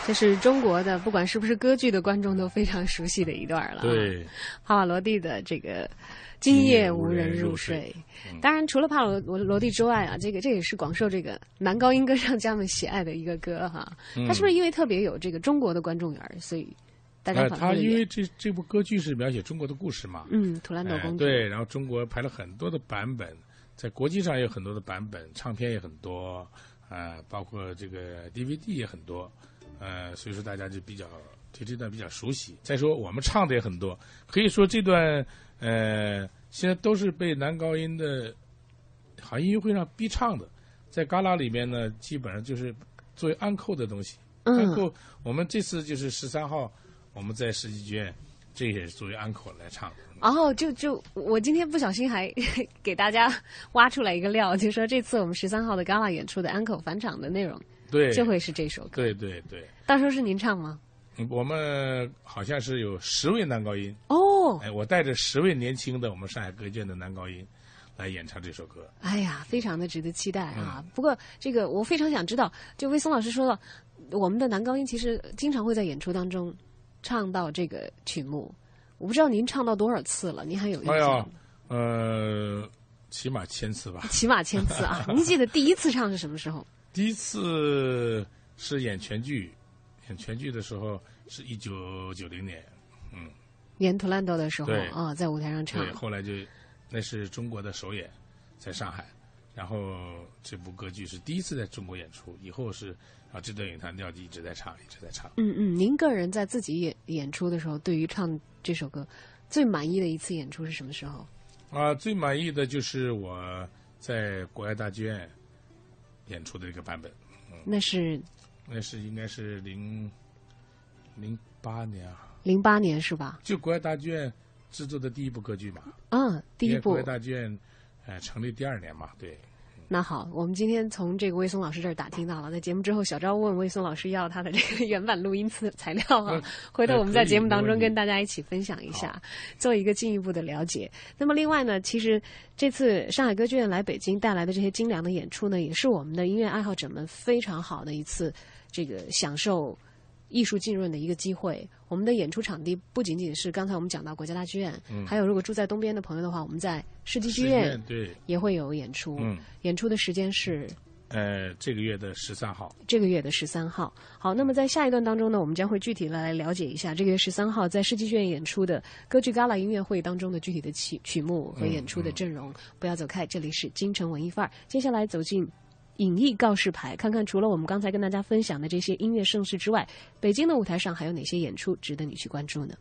这是中国的，不管是不是歌剧的观众都非常熟悉的一段了。 对， 帕瓦罗蒂的这个今夜无人入睡。当然，除了帕瓦罗蒂之外啊，这也是广受这个男高音歌唱家们喜爱的一个歌哈。它是不是因为特别有这个中国的观众缘，所以大家他因为这部歌剧是描写中国的故事嘛， 图兰朵公主。 对，然后中国拍了很多的版本，在国际上也有很多的版本，唱片也很多，包括这个 DVD 也很多。所以说大家就对这段比较熟悉。再说我们唱的也很多，可以说这段现在都是被男高音的好像音乐会上必唱的，在旮旯里面呢，基本上就是作为安扣的东西。安扣，我们这次就是13号，我们在世纪剧院，这也是作为安扣来唱的。 哦，就我今天不小心还给大家挖出来一个料，就说这次我们13号的旮旯演出的安扣返场的内容。 对， 就会是这首歌。 对。 到时候是您唱吗？ 我们好像是有10位男高音哦。 我带着10位年轻的我们上海歌剧院的男高音来演唱这首歌。 哎呀，非常的值得期待啊！不过这个我非常想知道，就魏松老师说了，我们的男高音其实经常会在演出当中唱到这个曲目，我不知道您唱到多少次了，您还有印象吗？ 起码1000次吧。 起码1000次啊！您记得第一次唱是什么时候？ 第一次是演全剧的时候是1990年， 演图兰朵的时候啊，在舞台上唱。 对，后来那是中国的首演，在上海，然后这部歌剧是第一次在中国演出，以后是这段咏叹调一直在唱。 您个人在自己演出的时候，对于唱这首歌最满意的一次演出是什么时候？ 最满意的就是我在国外大剧院演出的这个版本。 那是应该是08年啊。 08年是吧？ 就国外大剧院制作的第一部歌剧嘛。 第一部。 国外大剧院成立第2年嘛，对。 那好，我们今天从这个魏松老师这儿打听到了，在节目之后，小昭问魏松老师要他的这个原版录音材料啊，回头我们在节目当中跟大家一起分享一下，做一个进一步的了解。那么另外呢，其实这次上海歌剧院来北京带来的这些精良的演出呢，也是我们的音乐爱好者们非常好的一次这个享受艺术浸润的一个机会。我们的演出场地不仅仅是刚才我们讲到国家大剧院，还有如果住在东边的朋友的话，我们在世纪剧院也会有演出。演出的时间是这个月的13号。 这个月的13号。好，那么在下一段当中呢，我们将会具体的来了解一下这个月13号在世纪剧院演出的歌剧旮旯音乐会当中的具体的曲目和演出的阵容。不要走开，这里是京城文艺范儿。接下来走进影艺告示牌，看看除了我们刚才跟大家分享的这些音乐盛事之外，北京的舞台上还有哪些演出值得你去关注呢？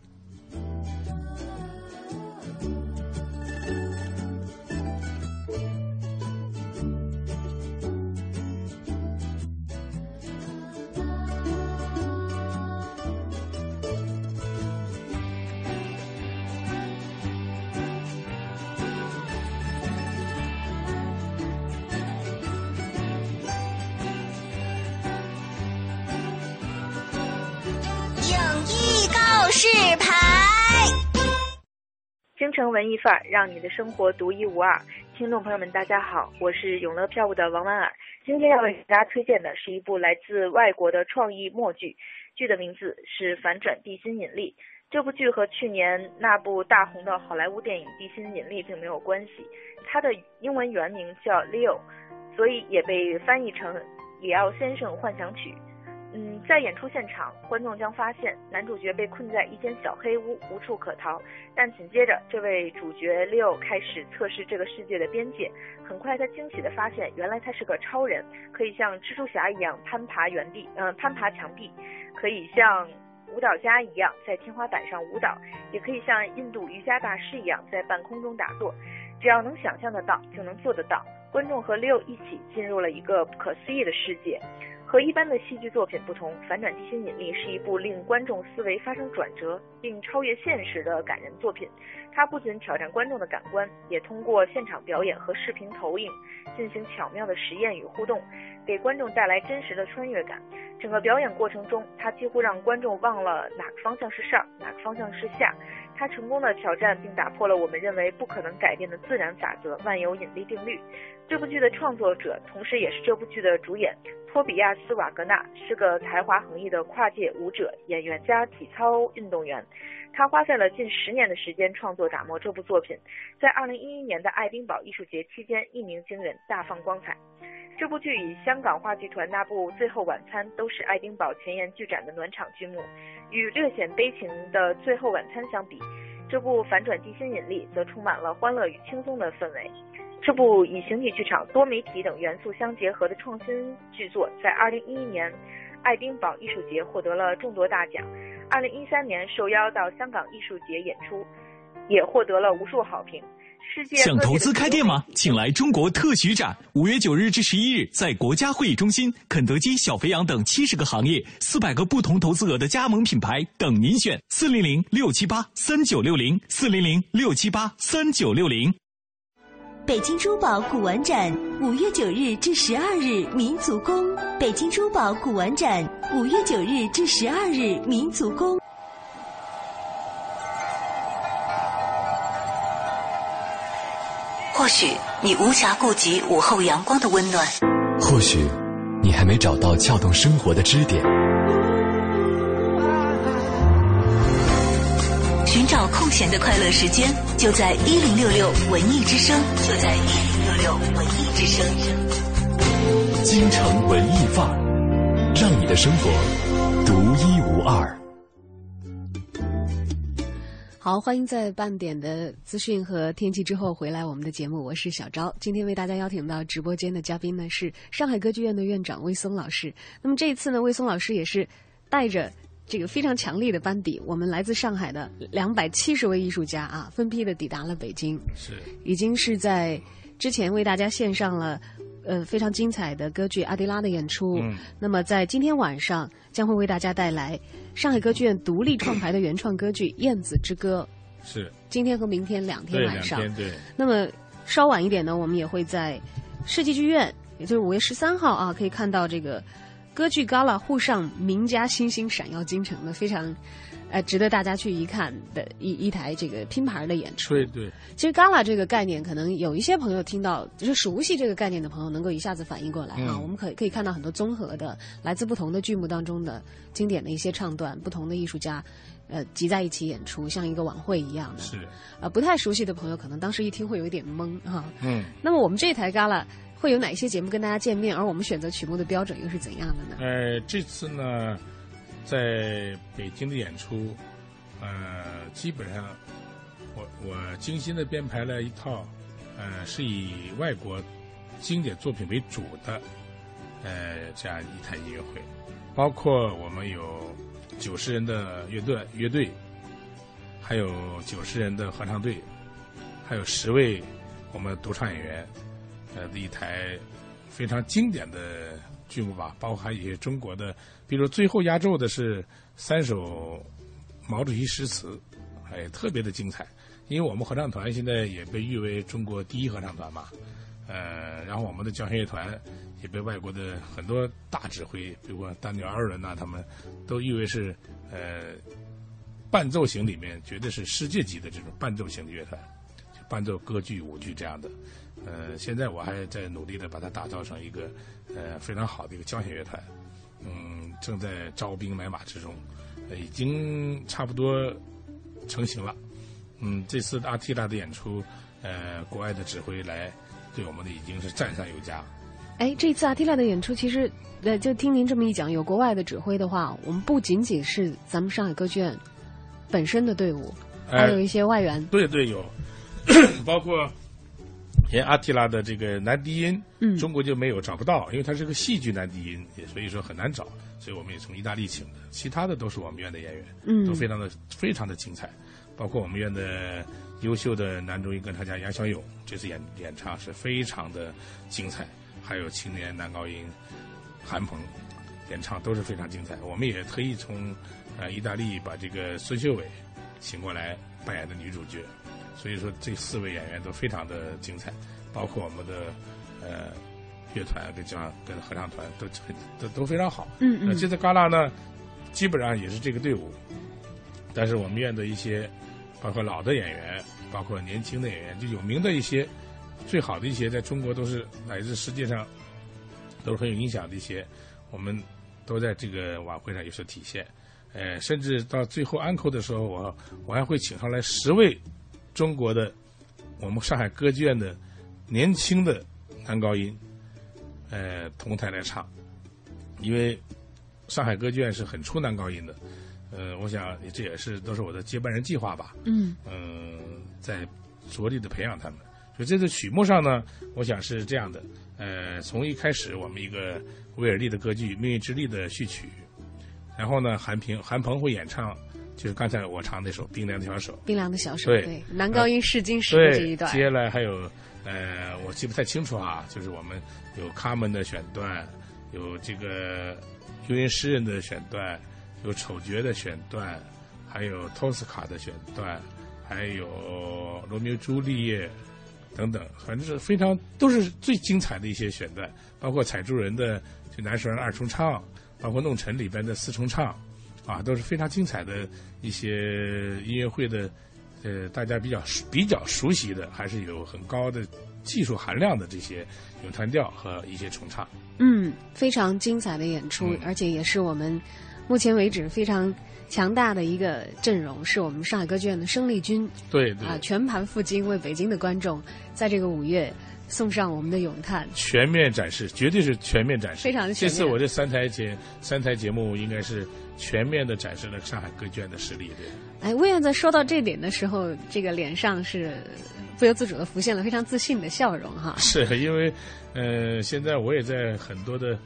告示牌， 京城文艺范儿，让你的生活独一无二。听众朋友们，大家好，我是永乐票务的王婉尔。今天要为大家推荐的是一部来自外国的创意默剧，剧的名字是《反转地心引力》。这部剧和去年那部大红的好莱坞电影《地心引力》并没有关系，它的英文原名叫 Leo， 所以也被翻译成里奥先生幻想曲。在演出现场，观众将发现男主角被困在一间小黑屋，无处可逃。但紧接着，这位主角 Leo 开始测试这个世界的边界。很快，他惊喜地发现，原来他是个超人，可以像蜘蛛侠一样攀爬墙壁，可以像舞蹈家一样在天花板上舞蹈，也可以像印度瑜伽大师一样在半空中打坐。只要能想象得到，就能做得到。观众和 Leo 一起进入了一个不可思议的世界。和一般的戏剧作品不同，《反转地心引力》是一部令观众思维发生转折并超越现实的感人作品。它不仅挑战观众的感官，也通过现场表演和视频投影进行巧妙的实验与互动，给观众带来真实的穿越感。整个表演过程中，它几乎让观众忘了哪个方向是上，哪个方向是下。 他成功的挑战并打破了我们认为不可能改变的自然法则——万有引力定律。这部剧的创作者，同时也是这部剧的主演托比亚斯·瓦格纳，是个才华横溢的跨界舞者、演员加体操运动员。他花费了近10年的时间创作打磨这部作品，在2011年的爱丁堡艺术节期间一鸣惊人，大放光彩。这部剧与香港话剧团那部《最后晚餐》都是爱丁堡前沿剧展的暖场剧目。与略显悲情的《最后晚餐》相比，这部反转地心引力则充满了欢乐与轻松的氛围。这部以形体剧场、多媒体等元素相结合的创新剧作，在2011年爱丁堡艺术节获得了众多大奖。2013年受邀到香港艺术节演出，也获得了无数好评。 想投资开店吗？请来中国特许展，5月9日至11日，在国家会议中心、肯德基、小肥羊等70个行业、400个不同投资额的加盟品牌等您选。400-678-3960，400-678-3960。 北京珠宝古玩展5月9日至12日民族宫，北京珠宝古玩展5月9日至12日民族宫。 或许你无暇顾及午后阳光的温暖， 或许你还没找到撬动生活的支点。 寻找空闲的快乐时间，就在1066文艺之声，就在1066文艺之声。 京城文艺范儿，让你的生活独一无二。 好，欢迎在半点的资讯和天气之后回来我们的节目，我是小昭。今天为大家邀请到直播间的嘉宾呢是上海歌剧院的院长魏松老师。那么这一次呢，魏松老师也是带着这个非常强力的班底，我们来自上海的270位艺术家啊，分批的抵达了北京，已经是在之前为大家献上了非常精彩的歌剧《阿迪拉》的演出。那么在今天晚上将会为大家带来上海歌剧院独立创排的原创歌剧《燕子之歌》。 是今天和明天2天晚上。 对。 那么稍晚一点呢，我们也会在世纪剧院，也就是5月13号啊，可以看到这个歌剧 Gala 沪上名家新星闪耀京城的非常值得大家去一看的一台这个拼盘的演出。 对。 其实 Gala 这个概念，可能有一些朋友听到，就是熟悉这个概念的朋友，能够一下子反应过来啊。我们可以看到很多综合的，来自不同的剧目当中的经典的一些唱段，不同的艺术家，集在一起演出，像一个晚会一样的。 是。 不太熟悉的朋友，可能当时一听会有一点懵哈。那么我们这台 Gala 会有哪些节目跟大家见面？而我们选择曲目的标准又是怎样的呢？ 这次呢，在北京的演出，基本上我精心的编排了一套，是以外国经典作品为主的，这样一台音乐会，包括我们有90人的乐队，还有90人的合唱队，还有10位我们独唱演员，的一台非常经典的剧目吧，包括还有一些中国的，比如最后压轴的是3首毛主席诗词，特别的精彩。因为我们合唱团现在也被誉为中国第一合唱团嘛，然后我们的交响乐团也被外国的很多大指挥，比如说丹尼尔·阿伦呐，他们都誉为是伴奏型里面绝对是世界级的这种伴奏型的乐团，就伴奏歌剧、舞剧这样的。现在我还在努力的把它打造成一个非常好的一个交响乐团，正在招兵买马之中，已经差不多成型了。这次阿提拉的演出，国外的指挥来对我们的已经是赞赏有加。 这次阿提拉的演出，其实就听您这么一讲，有国外的指挥的话，我们不仅仅是咱们上海歌剧院本身的队伍，还有一些外援。 对，有，包括连阿提拉的这个男低音，中国就没有，找不到，因为它是个戏剧男低音，所以说很难找，所以我们也从意大利请的，其他的都是我们院的演员，都非常的精彩。包括我们院的优秀的男中音歌唱家杨小勇，这次演唱是非常的精彩，还有青年男高音韩鹏演唱都是非常精彩。我们也特意从意大利把这个孙秀伟请过来扮演的女主角，所以说这4位演员都非常的精彩，包括我们的乐团跟合唱团都非常好。这次旮旯呢，基本上也是这个队伍，但是我们院的一些包括老的演员，包括年轻的演员，就有名的一些、最好的一些，在中国都是乃至世界上都是很有影响的一些，我们都在这个晚会上有所体现。甚至到最后安扣的时候，我还会请上来10位中国的我们上海歌剧院的年轻的男高音，同台来唱，因为上海歌剧院是很出男高音的，我想这也是都是我的接班人计划吧。在着力的培养他们。所以这次曲目上呢，我想是这样的，从一开始我们一个威尔第的歌剧《命运之力》的序曲，然后呢，韩鹏会演唱，就是刚才我唱那首《冰凉的小手》。 冰凉的小手，对，男高音试金石的这一段。 接下来还有，我记不太清楚啊，就是我们有卡门的选段，有这个幽灵诗人的选段，有丑角的选段，还有托斯卡的选段，还有罗密欧朱丽叶等等，反正是非常都是最精彩的一些选段，包括彩柱人的就男声2重唱，包括弄臣里边的4重唱，啊，都是非常精彩的一些音乐会的，大家比较熟悉的，还是有很高的技术含量的这些咏叹调和一些重唱。 非常精彩的演出，而且也是我们目前为止非常强大的一个阵容，是我们上海歌剧院的生力军。 对全盘赴京为北京的观众，在这个5月送上我们的咏叹， 全面展示，绝对是全面展示， 非常的全面。 这次我这三台节目应该是全面的展示了上海歌剧院的实力。 对，魏院在说到这点的时候，这个脸上是不由自主的浮现了非常自信的笑容哈。 是因为现在我也在很多的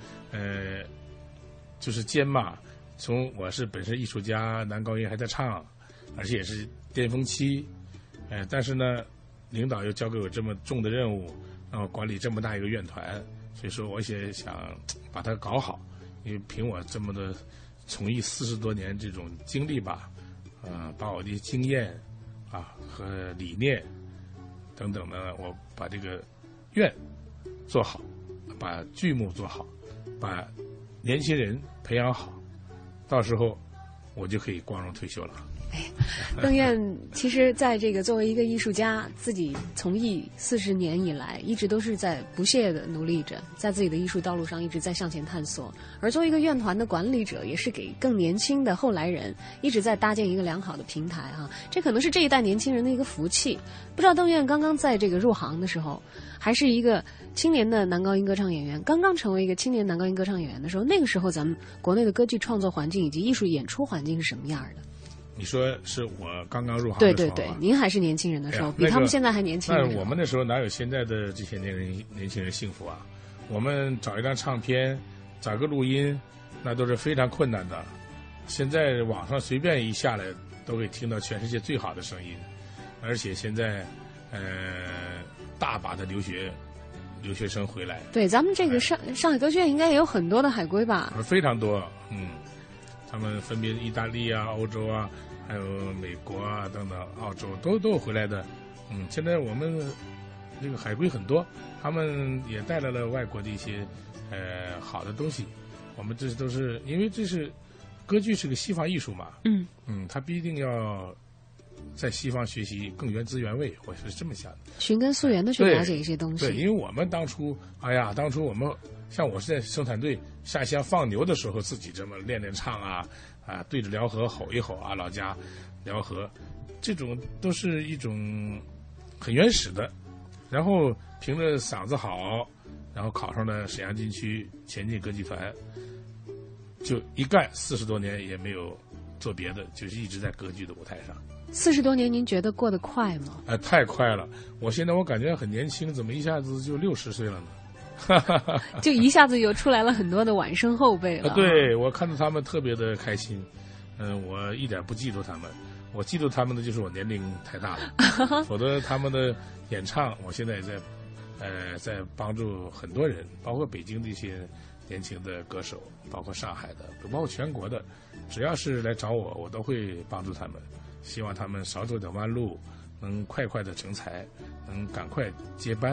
就是兼嘛，从我是本身艺术家，男高音还在唱，而且也是巅峰期，但是呢，领导又交给我这么重的任务，让我管理这么大一个院团，所以说我也想把它搞好，因为凭我这么的从艺40多年这种经历吧，把我的经验啊和理念等等呢，我把这个院做好，把剧目做好，把年轻人培养好，到时候我就可以光荣退休了。 邓院其实在这个作为一个艺术家，自己从艺40年以来，一直都是在不懈的努力着，在自己的艺术道路上一直在向前探索。而作为一个院团的管理者，也是给更年轻的后来人一直在搭建一个良好的平台哈。这可能是这一代年轻人的一个福气。不知道邓院刚刚在这个入行的时候，还是一个青年的男高音歌唱演员，刚刚成为一个青年男高音歌唱演员的时候，那个时候咱们国内的歌剧创作环境以及艺术演出环境是什么样的？ 你说是我刚刚入行的时候， 对，您还是年轻人的时候，比他们现在还年轻。 但是我们那时候哪有现在的这些年轻人幸福啊？我们找一张唱片，找个录音，那都是非常困难的。现在网上随便一下来，都可以听到全世界最好的声音，而且现在大把的留学生回来。对，咱们这个上海歌剧院应该也有很多的海归吧？非常多，他们分别意大利啊、欧洲啊，还有美国啊等等，澳洲都有回来的。现在我们这个海归很多，他们也带来了外国的一些好的东西。我们这都是因为这是歌剧是个西方艺术嘛，他必定要在西方学习更原汁原味，我是这么想的，寻根溯源的去了解一些东西。对，因为我们当初我们像我是在生产队下乡放牛的时候，自己这么练唱啊，对着辽河吼一吼啊，老家辽河，这种都是一种很原始的。然后凭着嗓子好，然后考上了沈阳禁区前进歌剧团，就一干40多年也没有做别的，就是一直在歌剧的舞台上。40多年，您觉得过得快吗？太快了！我现在我感觉很年轻，怎么一下子就60岁了呢？就一下子又出来了很多的晚生后辈了。对，我看到他们特别的开心。我一点不嫉妒他们，我嫉妒他们的就是我年龄太大了。否则他们的演唱，我现在也在帮助很多人，包括北京的一些年轻的歌手，包括上海的，包括全国的，只要是来找我，我都会帮助他们。希望他们少走点弯路，能快的成才，能赶快接班，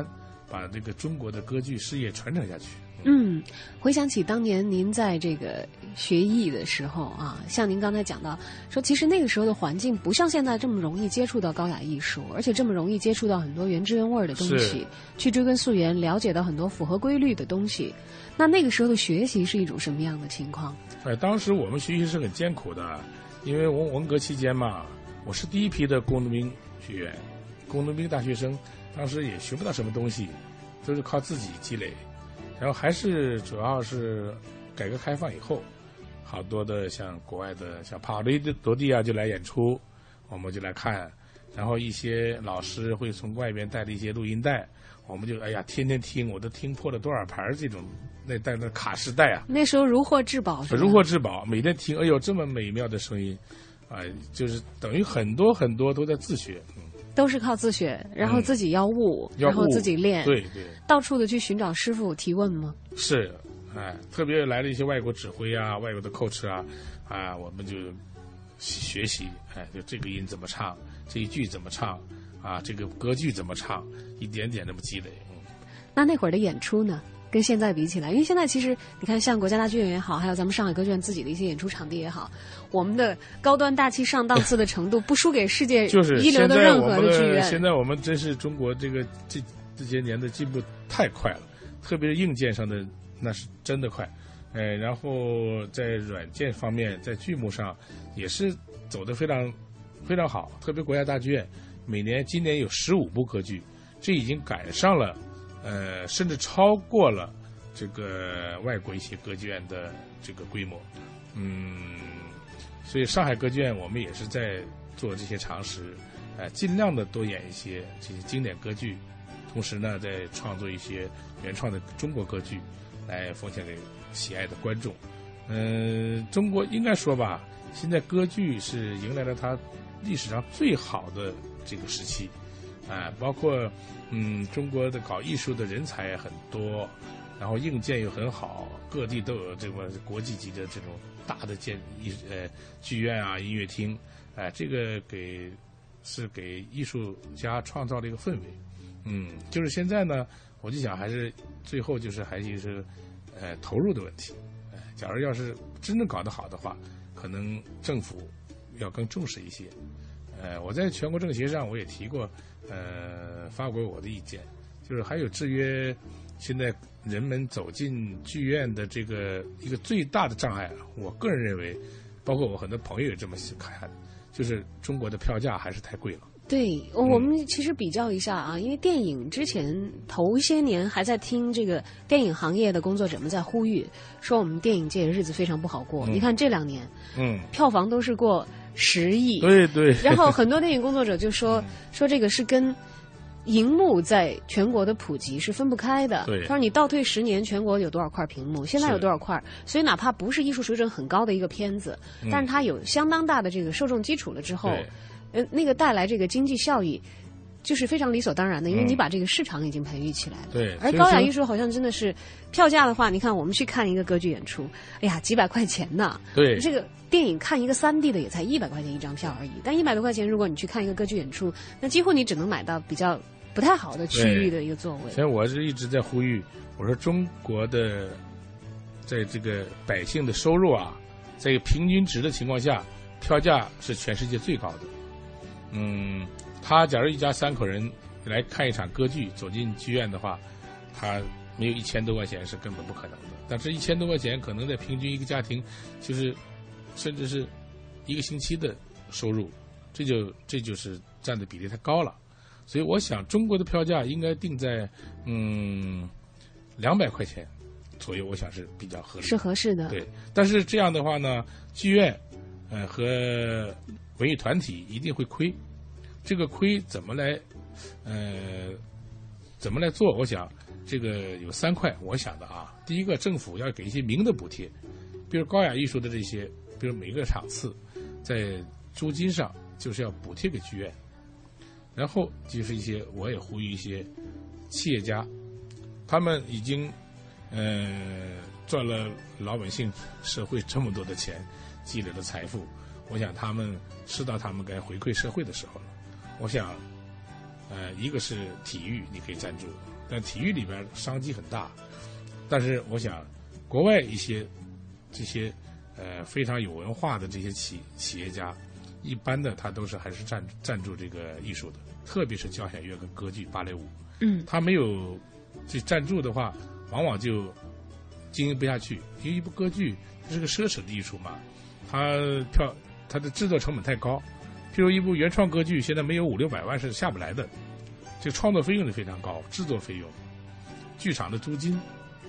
把这个中国的歌剧事业传承下去。 回想起当年您在这个学艺的时候啊，像您刚才讲到说，其实那个时候的环境不像现在这么容易接触到高雅艺术，而且这么容易接触到很多原汁原味的东西，去追根溯源，了解到很多符合规律的东西。那个时候的学习是一种什么样的情况？ 当时我们学习是很艰苦的，因为文革期间嘛，我是第一批的工农兵学员，工农兵大学生，当时也学不到什么东西，都是靠自己积累。然后还是主要是改革开放以后，好多的像国外的像帕瓦罗蒂啊就来演出，我们就来看，然后一些老师会从外边带了一些录音带，我们就天天听，我都听破了多少盘这种那带的卡式带啊。 那时候如获至宝， 如获至宝，每天听，哎呦这么美妙的声音，就是等于很多很多都在自学。 都是靠自学，然后自己要悟，然后自己练， 对， 到处的去寻找师傅提问吗？ 是，特别来了一些外国指挥啊、外国的 coach 我们就学习，就这个音怎么唱，这一句怎么唱这个歌剧怎么唱，一点点这么积累。 那会儿的演出呢？跟现在比起来，因为现在其实你看，像国家大剧院也好，还有咱们上海歌剧院自己的一些演出场地也好，我们的高端大气上档次的程度不输给世界一流的任何的剧院。 现在我们真是中国这些年的进步太快了，特别是硬件上的那是真的快，然后在软件方面，在剧目上也是走得非常非常好，特别国家大剧院今年有15部歌剧，这已经赶上了。甚至超过了这个外国一些歌剧院的这个规模，所以上海歌剧院我们也是在做这些尝试，尽量的多演一些这些经典歌剧，同时呢，在创作一些原创的中国歌剧，来奉献给喜爱的观众。中国应该说吧，现在歌剧是迎来了它历史上最好的这个时期。包括中国的搞艺术的人才很多，然后硬件又很好，各地都有这个国际级的这种大的剧院啊、音乐厅，这个给艺术家创造了一个氛围。就是现在呢，我就想还是最后就是投入的问题。假如要是真正搞得好的话，可能政府要更重视一些。我在全国政协上我也提过。发过我的意见，就是还有制约现在人们走进剧院的这个一个最大的障碍，我个人认为，包括我很多朋友也这么看，就是中国的票价还是太贵了。 对，我们其实比较一下啊，因为电影之前头些年还在听这个电影行业的工作者们在呼吁，说我们电影界日子非常不好过。你看这2年，票房都是过10亿， 对。 然后很多电影工作者就说这个是跟荧幕在全国的普及是分不开的。 对， 他说你倒退10年，全国有多少块屏幕，现在有多少块，所以哪怕不是艺术水准很高的一个片子，但是它有相当大的这个受众基础了之后。那个带来这个经济效益，就是非常理所当然的，因为你把这个市场已经培育起来了。 对， 而高雅艺术好像真的是票价的话，你看我们去看一个歌剧演出，哎呀，几百块钱呢。 对， 这个电影看一个3D 的也才100块钱一张票而已，但100多块钱，如果你去看一个歌剧演出，那几乎你只能买到比较不太好的区域的一个座位。 所以我是一直在呼吁，我说中国的在这个百姓的收入在平均值的情况下，票价是全世界最高的。他假如一家3口人来看一场歌剧，走进剧院的话，他没有1000多块钱是根本不可能的。但是1000多块钱可能在平均一个家庭，就是甚至是1个星期的收入，这就是占的比例太高了。所以我想中国的票价应该定在200块钱左右，我想是比较合理的， 是合适的。 对，但是这样的话呢，剧院和文艺团体一定会亏，这个亏怎么来做？我想这个有3块，我想的第一个，政府要给一些明的补贴，比如高雅艺术的这些，比如每个场次在租金上就是要补贴给剧院，然后就是我也呼吁一些企业家，他们已经赚了老百姓社会这么多的钱，积累了财富。我想他们是到他们该回馈社会的时候了。我想，一个是体育，你可以赞助， 但体育里边商机很大。但是我想，国外一些这些非常有文化的这些企业家，一般的他都是还是赞助这个艺术的，特别是交响乐跟歌剧、芭蕾舞。他没有这赞助的话，往往就经营不下去。因为一部歌剧这是个奢侈的艺术嘛，它的制作成本太高。譬如一部原创歌剧，现在没有500-600万是下不来的，这个创作费用是非常高，制作费用、剧场的租金。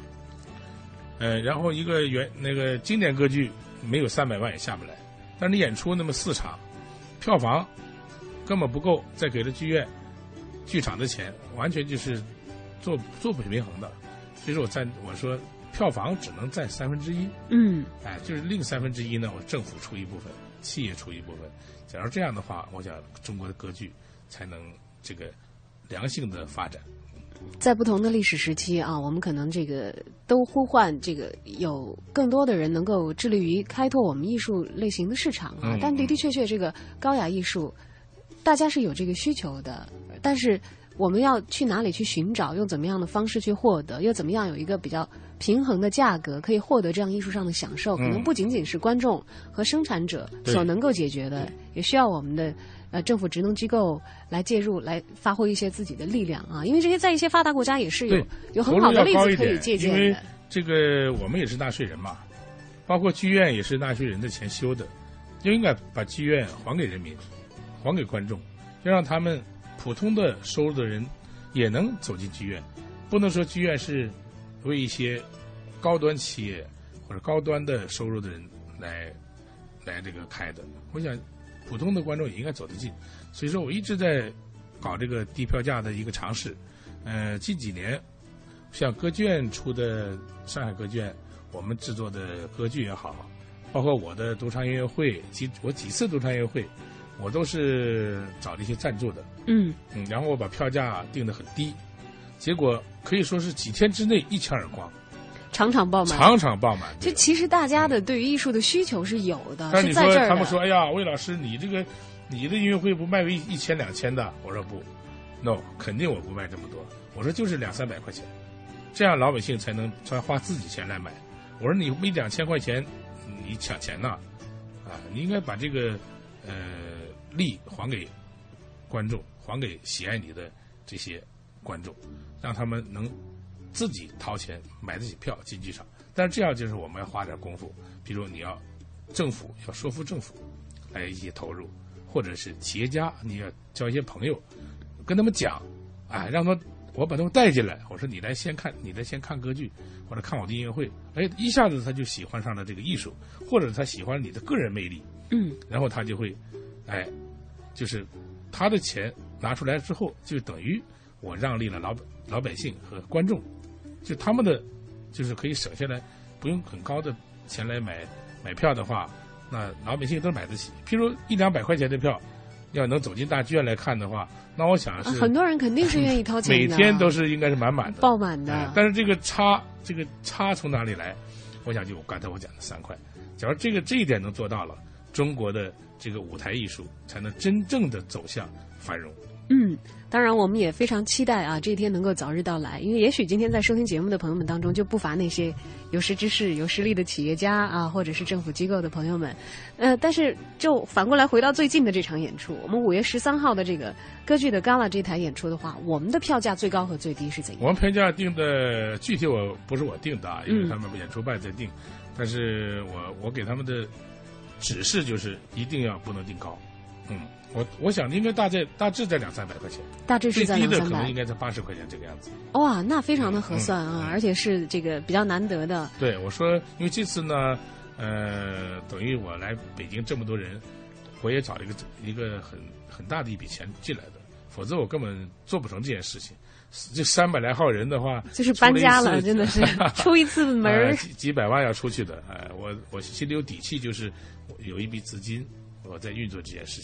然后一个那个经典歌剧没有300万也下不来，但是你演出那么4场，票房根本不够，再给了剧院、剧场的钱，完全就是做不平衡的。所以说我说票房只能占1/3。就是另1/3呢，我政府出一部分，企业出一部分。假如这样的话，我想中国的歌剧才能这个良性的发展。 在不同的历史时期啊，我们可能这个都呼唤这个有更多的人能够致力于开拓我们艺术类型的市场啊。但的确这个高雅艺术，大家是有这个需求的，但是我们要去哪里去寻找，用怎么样的方式去获得，又怎么样有一个比较平衡的价格可以获得这样艺术上的享受，可能不仅仅是观众和生产者所能够解决的，也需要我们的政府职能机构来介入，来发挥一些自己的力量啊！因为这些在一些发达国家也是有很好的例子可以借鉴的。 因为这个我们也是纳税人嘛，包括剧院也是纳税人的钱修的，就应该把剧院还给人民，还给观众，要让他们普通的收入的人也能走进剧院，不能说剧院是为一些高端企业或者高端的收入的人来这个开的。我想普通的观众也应该走得进，所以说我一直在搞这个低票价的一个尝试。近几年，像歌剧院出的上海歌剧院，我们制作的歌剧也好，包括我的独唱音乐会，我几次独唱音乐会，我都是找这些赞助的。然后我把票价定得很低，结果可以说是几天之内一抢而光。 场场爆满， 场场爆满。 就其实大家的对于艺术的需求是有的， 但你说是在这儿的。 他们说：“哎呀，魏老师，你的音乐会不卖为1000-2000的？”我说不 ，no， 肯定我不卖这么多。我说就是200-300块钱，这样老百姓才能花自己钱来买。我说你1-2000块钱，你抢钱呐，你应该把这个利还给观众，还给喜爱你的这些观众，让他们能自己掏钱买得起票进剧场。但是这样就是我们要花点功夫，比如你政府要说服政府来一起投入，或者是企业家你要交一些朋友，跟他们讲，让我把他们带进来。我说你来先看歌剧，或者看我的音乐会，一下子他就喜欢上了这个艺术，或者他喜欢你的个人魅力，然后他就会，就是他的钱拿出来之后，就等于我让利了老百姓和观众，就他们的就是可以省下来，不用很高的钱来买票的话，那老百姓都买得起。譬如100-200块钱的票，要能走进大剧院来看的话，那我想是很多人肯定是愿意掏钱的， 每天都是应该是满满的、 爆满的。 但是这个差从哪里来？我想就刚才我讲的3块。假如这一点能做到了，中国的这个舞台艺术才能真正的走向繁荣。 当然我们也非常期待这一天能够早日到来，因为也许今天在收听节目的朋友们当中就不乏那些有识之士、有实力的企业家或者是政府机构的朋友们。但是就反过来回到最近的这场演出，我们5月13号的这个歌剧的 Gala 这台演出的话，我们的票价最高和最低是怎样？ 我们票价定的具体不是我定的因为他们演出办在定，但是我给他们的指示就是一定不能定高。我想应该大致在200-300块钱， 大致是在200-300， 最低的可能应该在80块钱这个样子。 哇，那非常的合算而且是这个比较难得的。 对，我说，因为这次呢，等于我来北京这么多人，我也找了一个很大的一笔钱进来的，否则我根本做不成这件事情。这300来号人的话， 就是搬家了，真的是出一次门几百万要出去的。我心里有底气，就是有一笔资金，我在运作这件事情。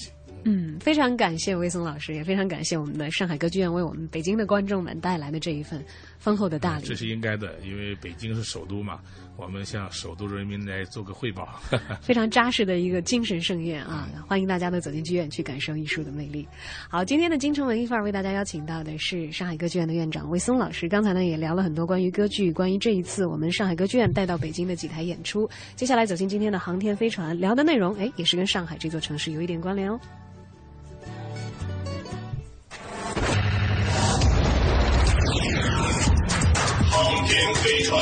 非常感谢魏松老师，也非常感谢我们的上海歌剧院为我们北京的观众们带来的这一份丰厚的大礼。 这是应该的，因为北京是首都嘛，我们向首都人民来做个汇报。 非常扎实的一个精神盛宴啊！欢迎大家都走进剧院去感受艺术的魅力。好，今天的京城文艺范儿为大家邀请到的是上海歌剧院的院长魏松老师。刚才呢也聊了很多关于歌剧，关于这一次我们上海歌剧院带到北京的几台演出。接下来走进今天的航天飞船，聊的内容也是跟上海这座城市有一点关联哦。 航天飞船，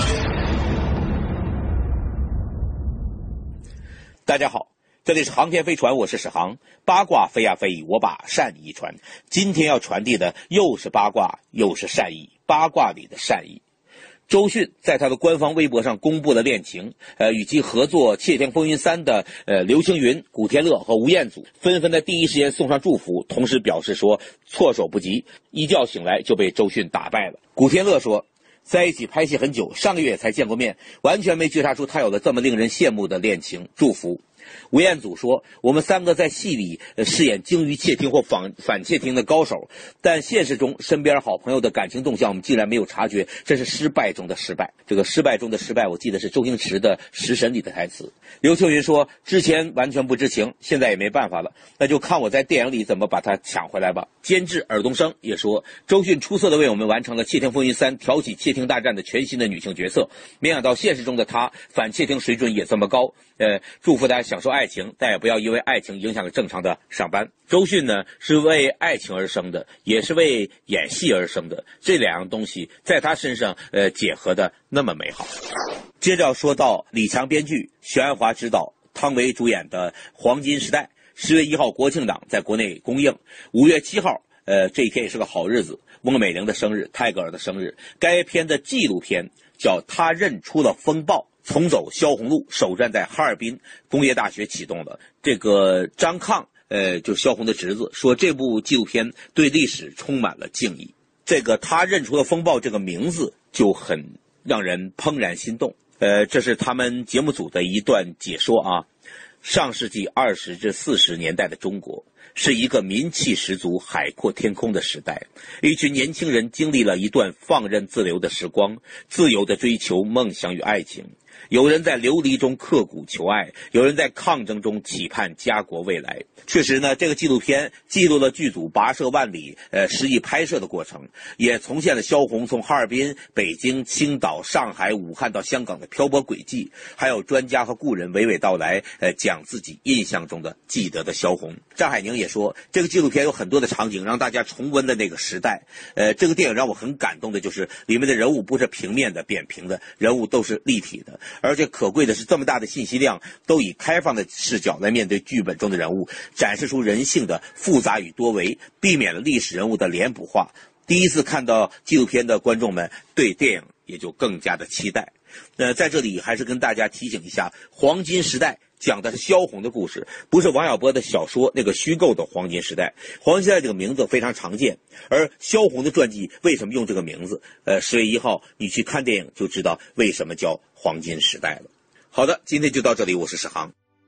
大家好，这里是航天飞船，我是史航。八卦飞呀飞，我把善意传。今天要传递的又是八卦，又是善意，八卦里的善意。周迅在他的官方微博上公布了恋情，与其合作《窃听风云3》的刘青云、古天乐和吴彦祖纷纷在第一时间送上祝福，同时表示说措手不及，一觉醒来就被周迅打败了。古天乐说，在一起拍戏很久，上个月才见过面，完全没觉察出他有了这么令人羡慕的恋情，祝福。吴彦祖说，我们三个在戏里饰演精于窃听或反窃听的高手，但现实中身边好朋友的感情动向我们竟然没有察觉，这是失败中的失败。这个失败中的失败，我记得是周星驰的《食神》里的台词。刘青云说，之前完全不知情，现在也没办法了，那就看我在电影里怎么把它抢回来吧。监制尔冬升也说，周迅出色的为我们完成了《窃听风云3》挑起窃听大战的全新的女性角色，没想到现实中的她反窃听水准也这么高。祝福大家享受爱情，但也不要因为爱情影响了正常的上班。周迅呢是为爱情而生的，也是为演戏而生的，这两样东西在他身上结合的那么美好。接着要说到李强编剧，徐安华执导，汤唯主演的《黄金时代》，10月1号国庆档在国内公映，5月7号这一天也是个好日子，翁美玲的生日，泰戈尔的生日。该片的纪录片叫《他认出了风暴》，重走萧红路，首站在哈尔滨工业大学启动了。这个张抗就是萧红的侄子，说这部纪录片对历史充满了敬意。这个他认出了风暴这个名字就很让人怦然心动。这是他们节目组的一段解说啊。上世纪20至40年代的中国是一个民气十足、海阔天空的时代，一群年轻人经历了一段放任自流的时光，自由地追求梦想与爱情。有人在流离中刻骨求爱，有人在抗争中期盼家国未来。确实呢，这个纪录片记录了剧组跋涉万里实际拍摄的过程，也重现了萧红从哈尔滨、北京、青岛、上海、武汉到香港的漂泊轨迹，还有专家和故人娓娓道来讲自己印象中的记得的萧红。张海宁也说，这个纪录片有很多的场景让大家重温了那个时代。这个电影让我很感动的就是里面的人物不是平面的、扁平的，人物都是立体的，而且可贵的是这么大的信息量都以开放的视角来面对剧本中的人物，展示出人性的复杂与多维，避免了历史人物的脸谱化。第一次看到纪录片的观众们对电影也就更加的期待。在这里还是跟大家提醒一下，黄金时代讲的是萧红的故事，不是王小波的小说那个虚构的黄金时代。黄金时代这个名字非常常见，而萧红的传记为什么用这个名字？10月1号你去看电影就知道为什么叫黄金时代了。好的，今天就到这里，我是史航。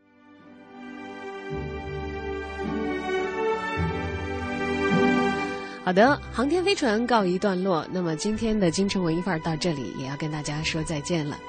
好的，航天飞船告一段落，那么今天的京城文艺范儿到这里也要跟大家说再见了。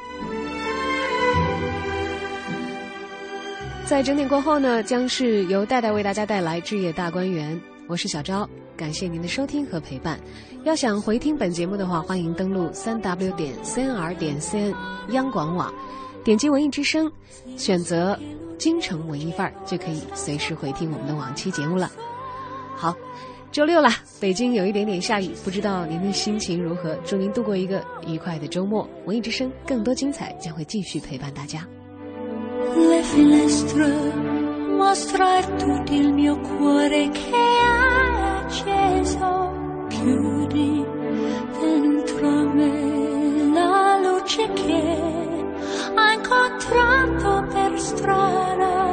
在整点过后呢，将是由戴戴为大家带来置业大观园，我是小昭，感谢您的收听和陪伴。要想回听本节目的话，欢迎登录3w.cnr.cn 央广网，点击文艺之声，选择京城文艺范儿，就可以随时回听我们的往期节目了。好，周六了，北京有一点点下雨，不知道您的心情如何？祝您度过一个愉快的周末。文艺之声更多精彩将会继续陪伴大家。 Le finestre mostra tutto il mio cuore che è acceso, chiudi dentro me la luce che ho incontrato per strada.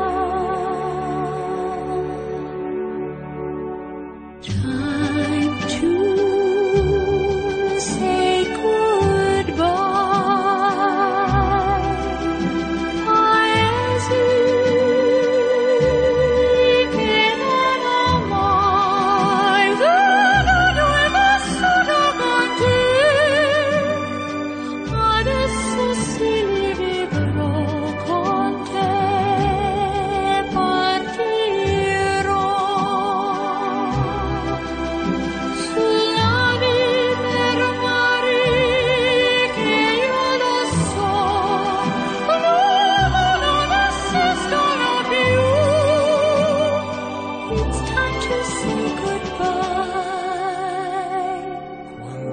Time to say goodbye. Paesi che non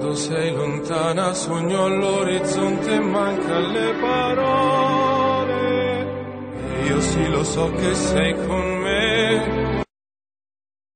Quando sei lontana sogno all'orizzonte mancan le parole e io sì lo so che sei con